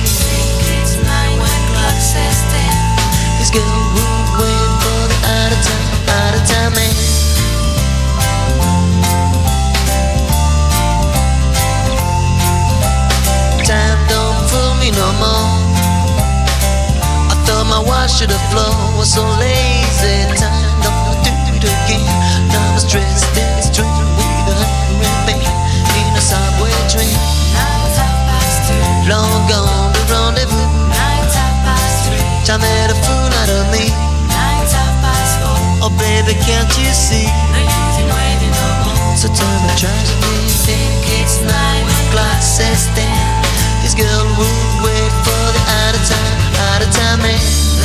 This girl won't wait for the out of time man. Time don't fool me no more. I thought my watch should have flown, was so lazy. Time don't do it again. Now I'm stressed in this dream with a hungry man in a subway train. Long gone the rendezvous. Time made a fool out of me. Oh baby, can't you see? So tell me tragedy. Think it's 9 o'clock, says then. This girl would wait for the out of time man.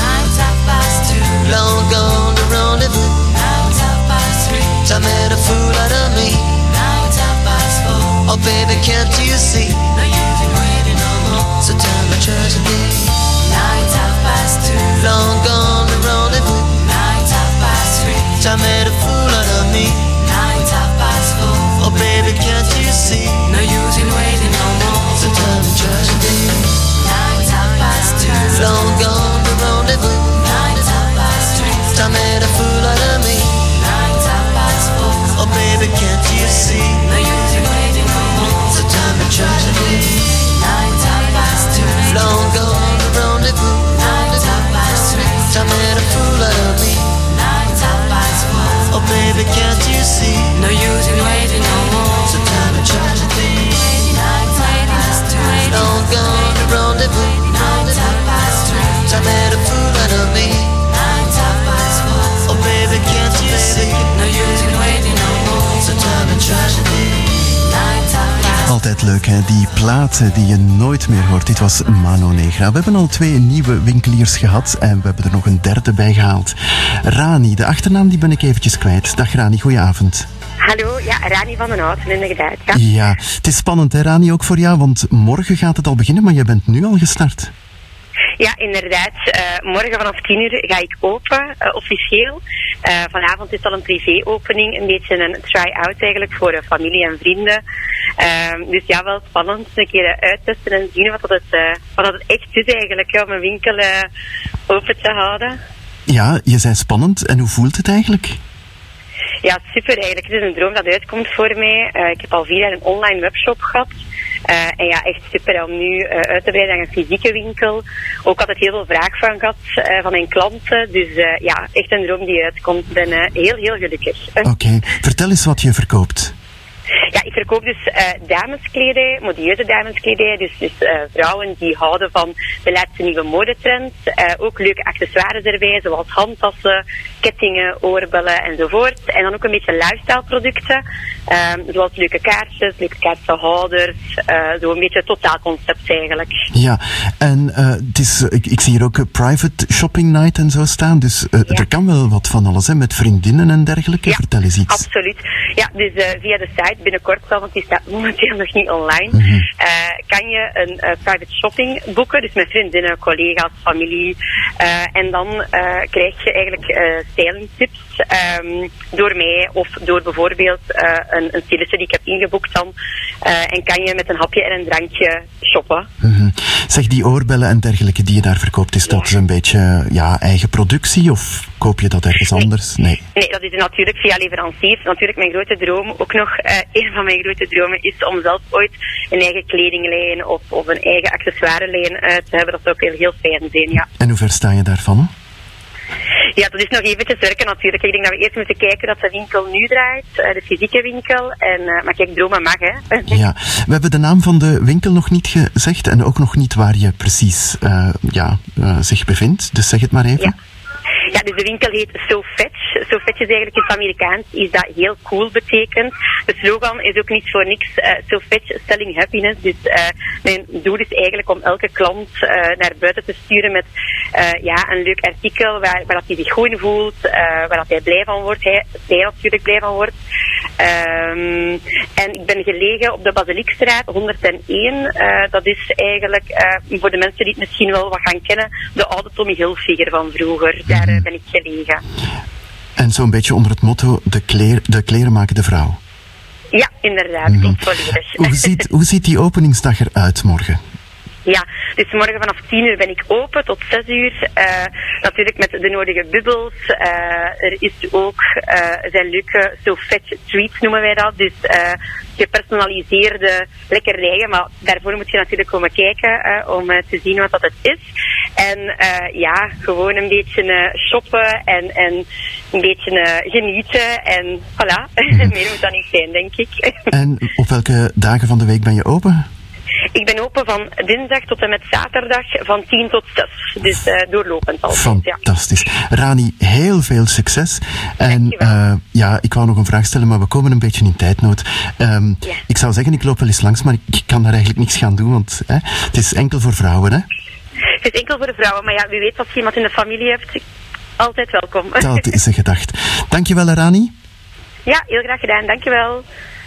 Long gone the rendezvous. Time made a fool out of me. Oh baby, can't you see? So tell me tragedy. Long gone the rendezvous. Time made a fool out of me. Oh baby, can't you see? No use in waiting no more. So tell me tragedy. Long gone the rendezvous. Time made a fool out of me. Oh baby, can't you see? No use in waiting no more. So tell me tragedy. Long gone the rendezvous. Time made a fool out of me. Oh baby, can't you see? No use in waiting no more. So tell me tragedy. Long gone the rendezvous. Time made a fool out of me. Oh baby, can't you see? No use in waiting no more. So tell me tragedy. Altijd leuk, hè? Die platen die je nooit meer hoort. Dit was Mano Negra. We hebben al 2 nieuwe winkeliers gehad en we hebben er nog een derde bij gehaald. Rani, de achternaam die ben ik eventjes kwijt. Dag Rani, goedenavond. Hallo, ja, Rani van den Houten, inderdaad. Ja. Ja, het is spannend hè Rani, ook voor jou, want morgen gaat het al beginnen, maar je bent nu al gestart. Ja, inderdaad. Morgen vanaf 10 uur ga ik open, officieel. Vanavond is het al een privé-opening, een beetje een try-out eigenlijk voor familie en vrienden. Dus ja, wel spannend. Een keer uittesten en zien wat het echt is eigenlijk, om een winkel open te houden. Ja, je zei spannend. En hoe voelt het eigenlijk? Ja, super eigenlijk. Het is een droom dat uitkomt voor mij. Ik heb al 4 jaar een online webshop gehad. En ja, echt super om nu uit te breiden naar een fysieke winkel. Ook altijd heel veel vraag van gehad van mijn klanten. Dus ja, echt een droom die uitkomt. Ik ben heel, heel gelukkig. Oké, vertel eens wat je verkoopt. Ja, ik verkoop dus dameskledij, modieuze dameskledij. Dus vrouwen die houden van de laatste nieuwe modetrends. Ook leuke accessoires erbij, zoals handtassen, kettingen, oorbellen enzovoort. En dan ook een beetje lifestyle producten. Zoals leuke kaartjes, leuke kaartenhouders. Zo'n beetje het totaalconcept eigenlijk. Ja, en het is, ik zie hier ook private shopping night en zo staan. Dus er kan wel wat van alles, hè, met vriendinnen en dergelijke. Ja, vertel eens iets. Absoluut. Ja, dus via de site binnenkort wel, want die staat momenteel nog niet online, kan je een private shopping boeken, dus met vriendinnen, collega's, familie. En dan krijg je eigenlijk stylingtips door mij of door bijvoorbeeld een styliste die ik heb ingeboekt dan. En kan je met een hapje en een drankje shoppen. Zeg, die oorbellen en dergelijke die je daar verkoopt, is dat een beetje eigen productie of koop je dat ergens anders? Nee, dat is natuurlijk via leveranciers. Natuurlijk mijn grote droom, ook nog een van mijn grote dromen is om zelf ooit een eigen kledinglijn of een eigen accessoirelijn te hebben. Dat zou ook heel fijn zijn, ja. En hoe ver sta je daarvan? Ja, dat is nog eventjes werken natuurlijk. Ik denk dat we eerst moeten kijken dat de winkel nu draait, de fysieke winkel. Maar kijk, dromen mag, hè. Ja, we hebben de naam van de winkel nog niet gezegd en ook nog niet waar je precies zich bevindt. Dus zeg het maar even. Ja, dus de winkel heet So Fetch. So Fetch is eigenlijk in het Amerikaans iets dat heel cool betekent. De slogan is ook niet voor niks So Fetch Selling Happiness. Dus mijn doel is eigenlijk om elke klant naar buiten te sturen met een leuk artikel waar dat hij zich goed in voelt, waar dat hij blij van wordt, zij natuurlijk blij van wordt. En ik ben gelegen op de Basiliekstraat 101. Dat is eigenlijk, voor de mensen die het misschien wel wat gaan kennen, de oude Tommy Hilfiger van vroeger. Daar ben ik gelegen. En zo'n beetje onder het motto, de kleren maken de vrouw. Ja, inderdaad, klopt volledig. Hoe ziet die openingsdag eruit morgen? Ja, dus morgen vanaf 10 ben ik open tot 6 uur. Natuurlijk met de nodige bubbels. Er is ook zijn leuke so-fetch treats noemen wij dat. Dus gepersonaliseerde lekkernijen. Maar daarvoor moet je natuurlijk komen kijken om te zien wat dat het is. En ja, gewoon een beetje shoppen en een beetje genieten. En voilà, meer moet dat niet zijn, denk ik. En op welke dagen van de week ben je open? Ik ben open van dinsdag tot en met zaterdag van 10 tot 6. Dus doorlopend altijd. Fantastisch. Ja. Rani, heel veel succes. En ja, ik wou nog een vraag stellen, maar we komen een beetje in tijdnood. Ik zou zeggen, ik loop wel eens langs, maar ik kan daar eigenlijk niks gaan doen, want het is enkel voor vrouwen, hè? Het is enkel voor de vrouwen, maar ja, wie weet als je iemand in de familie heeft, altijd welkom. Dat is een gedacht. Dankjewel, Rani. Ja, heel graag gedaan. Dankjewel.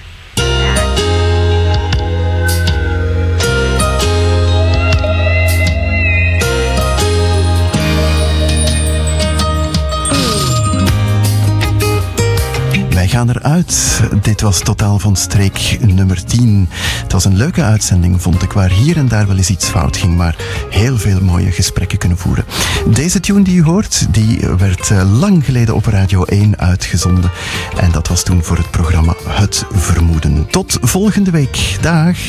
Wij gaan eruit. Dit was Totaal van Streek nummer 10. Het was een leuke uitzending, vond ik, waar hier en daar wel eens iets fout ging, maar heel veel mooie gesprekken kunnen voeren. Deze tune die u hoort, die werd lang geleden op Radio 1 uitgezonden. En dat was toen voor het programma Het Vermoeden. Tot volgende week. Dag.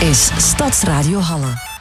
is Stadsradio Halle.